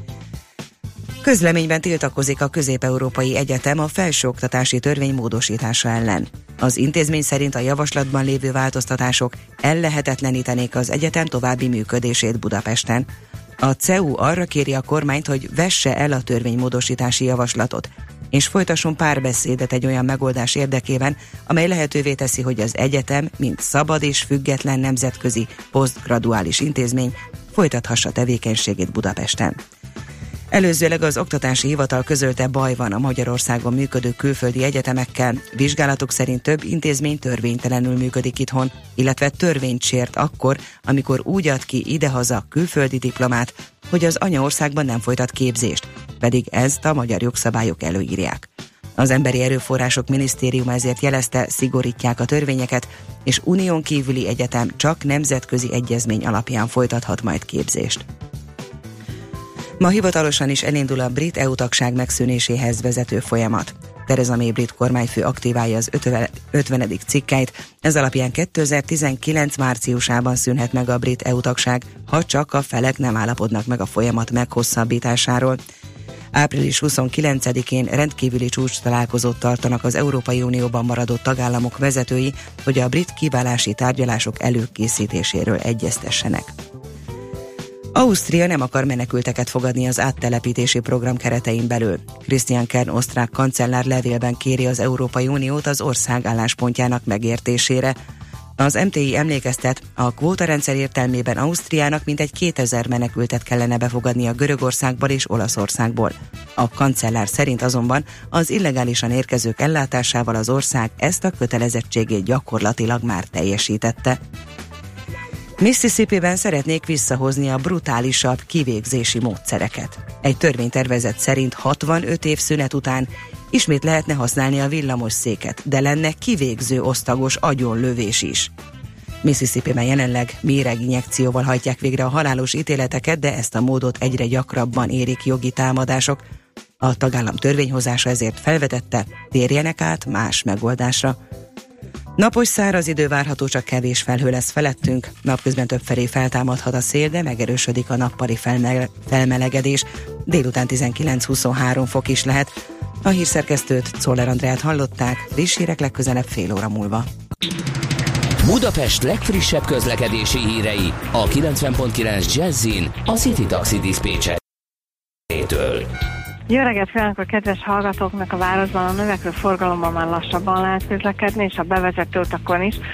Közleményben tiltakozik a Közép-Európai Egyetem a felsőoktatási törvény módosítása ellen. Az intézmény szerint a javaslatban lévő változtatások ellehetetlenítenék az egyetem további működését Budapesten. A CEU arra kéri a kormányt, hogy vesse el a törvénymódosítási javaslatot, és folytasson párbeszédet egy olyan megoldás érdekében, amely lehetővé teszi, hogy az egyetem, mint szabad és független nemzetközi posztgraduális intézmény folytathassa tevékenységét Budapesten. Előzőleg az Oktatási Hivatal közölte, baj van a Magyarországon működő külföldi egyetemekkel. Vizsgálatok szerint több intézmény törvénytelenül működik itthon, illetve törvényt sért akkor, amikor úgy ad ki idehaza külföldi diplomát, hogy az anyaországban nem folytat képzést, pedig ezt a magyar jogszabályok előírják. Az Emberi Erőforrások Minisztériuma ezért jelezte, szigorítják a törvényeket, és unión kívüli egyetem csak nemzetközi egyezmény alapján folytathat majd képzést. Ma hivatalosan is elindul a brit EU tagság megszűnéséhez vezető folyamat. Theresa May brit kormányfő aktiválja az 50. cikkeit, ez alapján 2019 márciusában szűnhet meg a brit EU tagság, ha csak a felek nem állapodnak meg a folyamat meghosszabbításáról. Április 29-én rendkívüli csúcstalálkozót tartanak az Európai Unióban maradó tagállamok vezetői, hogy a brit kiválási tárgyalások előkészítéséről egyeztessenek. Ausztria nem akar menekülteket fogadni az áttelepítési program keretein belül. Christian Kern osztrák kancellár levélben kéri az Európai Uniót az ország álláspontjának megértésére. Az MTI emlékeztet, a kvótarendszer értelmében Ausztriának mintegy 2000 menekültet kellene befogadni a Görögországból és Olaszországból. A kancellár szerint azonban az illegálisan érkezők ellátásával az ország ezt a kötelezettségét gyakorlatilag már teljesítette. Mississippiben szeretnék visszahozni a brutálisabb kivégzési módszereket. Egy törvénytervezet szerint 65 év szünet után ismét lehetne használni a villamosszéket, de lenne kivégző osztagos agyonlövés is. Mississippiben jelenleg méreginjekcióval hajtják végre a halálos ítéleteket, de ezt a módot egyre gyakrabban érik jogi támadások. A tagállam törvényhozása ezért felvetette, térjenek át más megoldásra. Napos száraz idő várható, csak kevés felhő lesz felettünk. Napközben többfelé feltámadhat a szél, de megerősödik a nappali felmelegedés. Délután 19-23 fok is lehet. A hírszerkesztőt, Czoller Andreát hallották, friss hírek legközelebb fél óra múlva. Budapest legfrissebb közlekedési hírei a 90.9 Jazzin a City Taxi diszpécserétől. Jó reggelt kívánok a kedves hallgatóknak! A városban a növekvő forgalomban már lassabban lehet közlekedni, és a bevezető utakon is.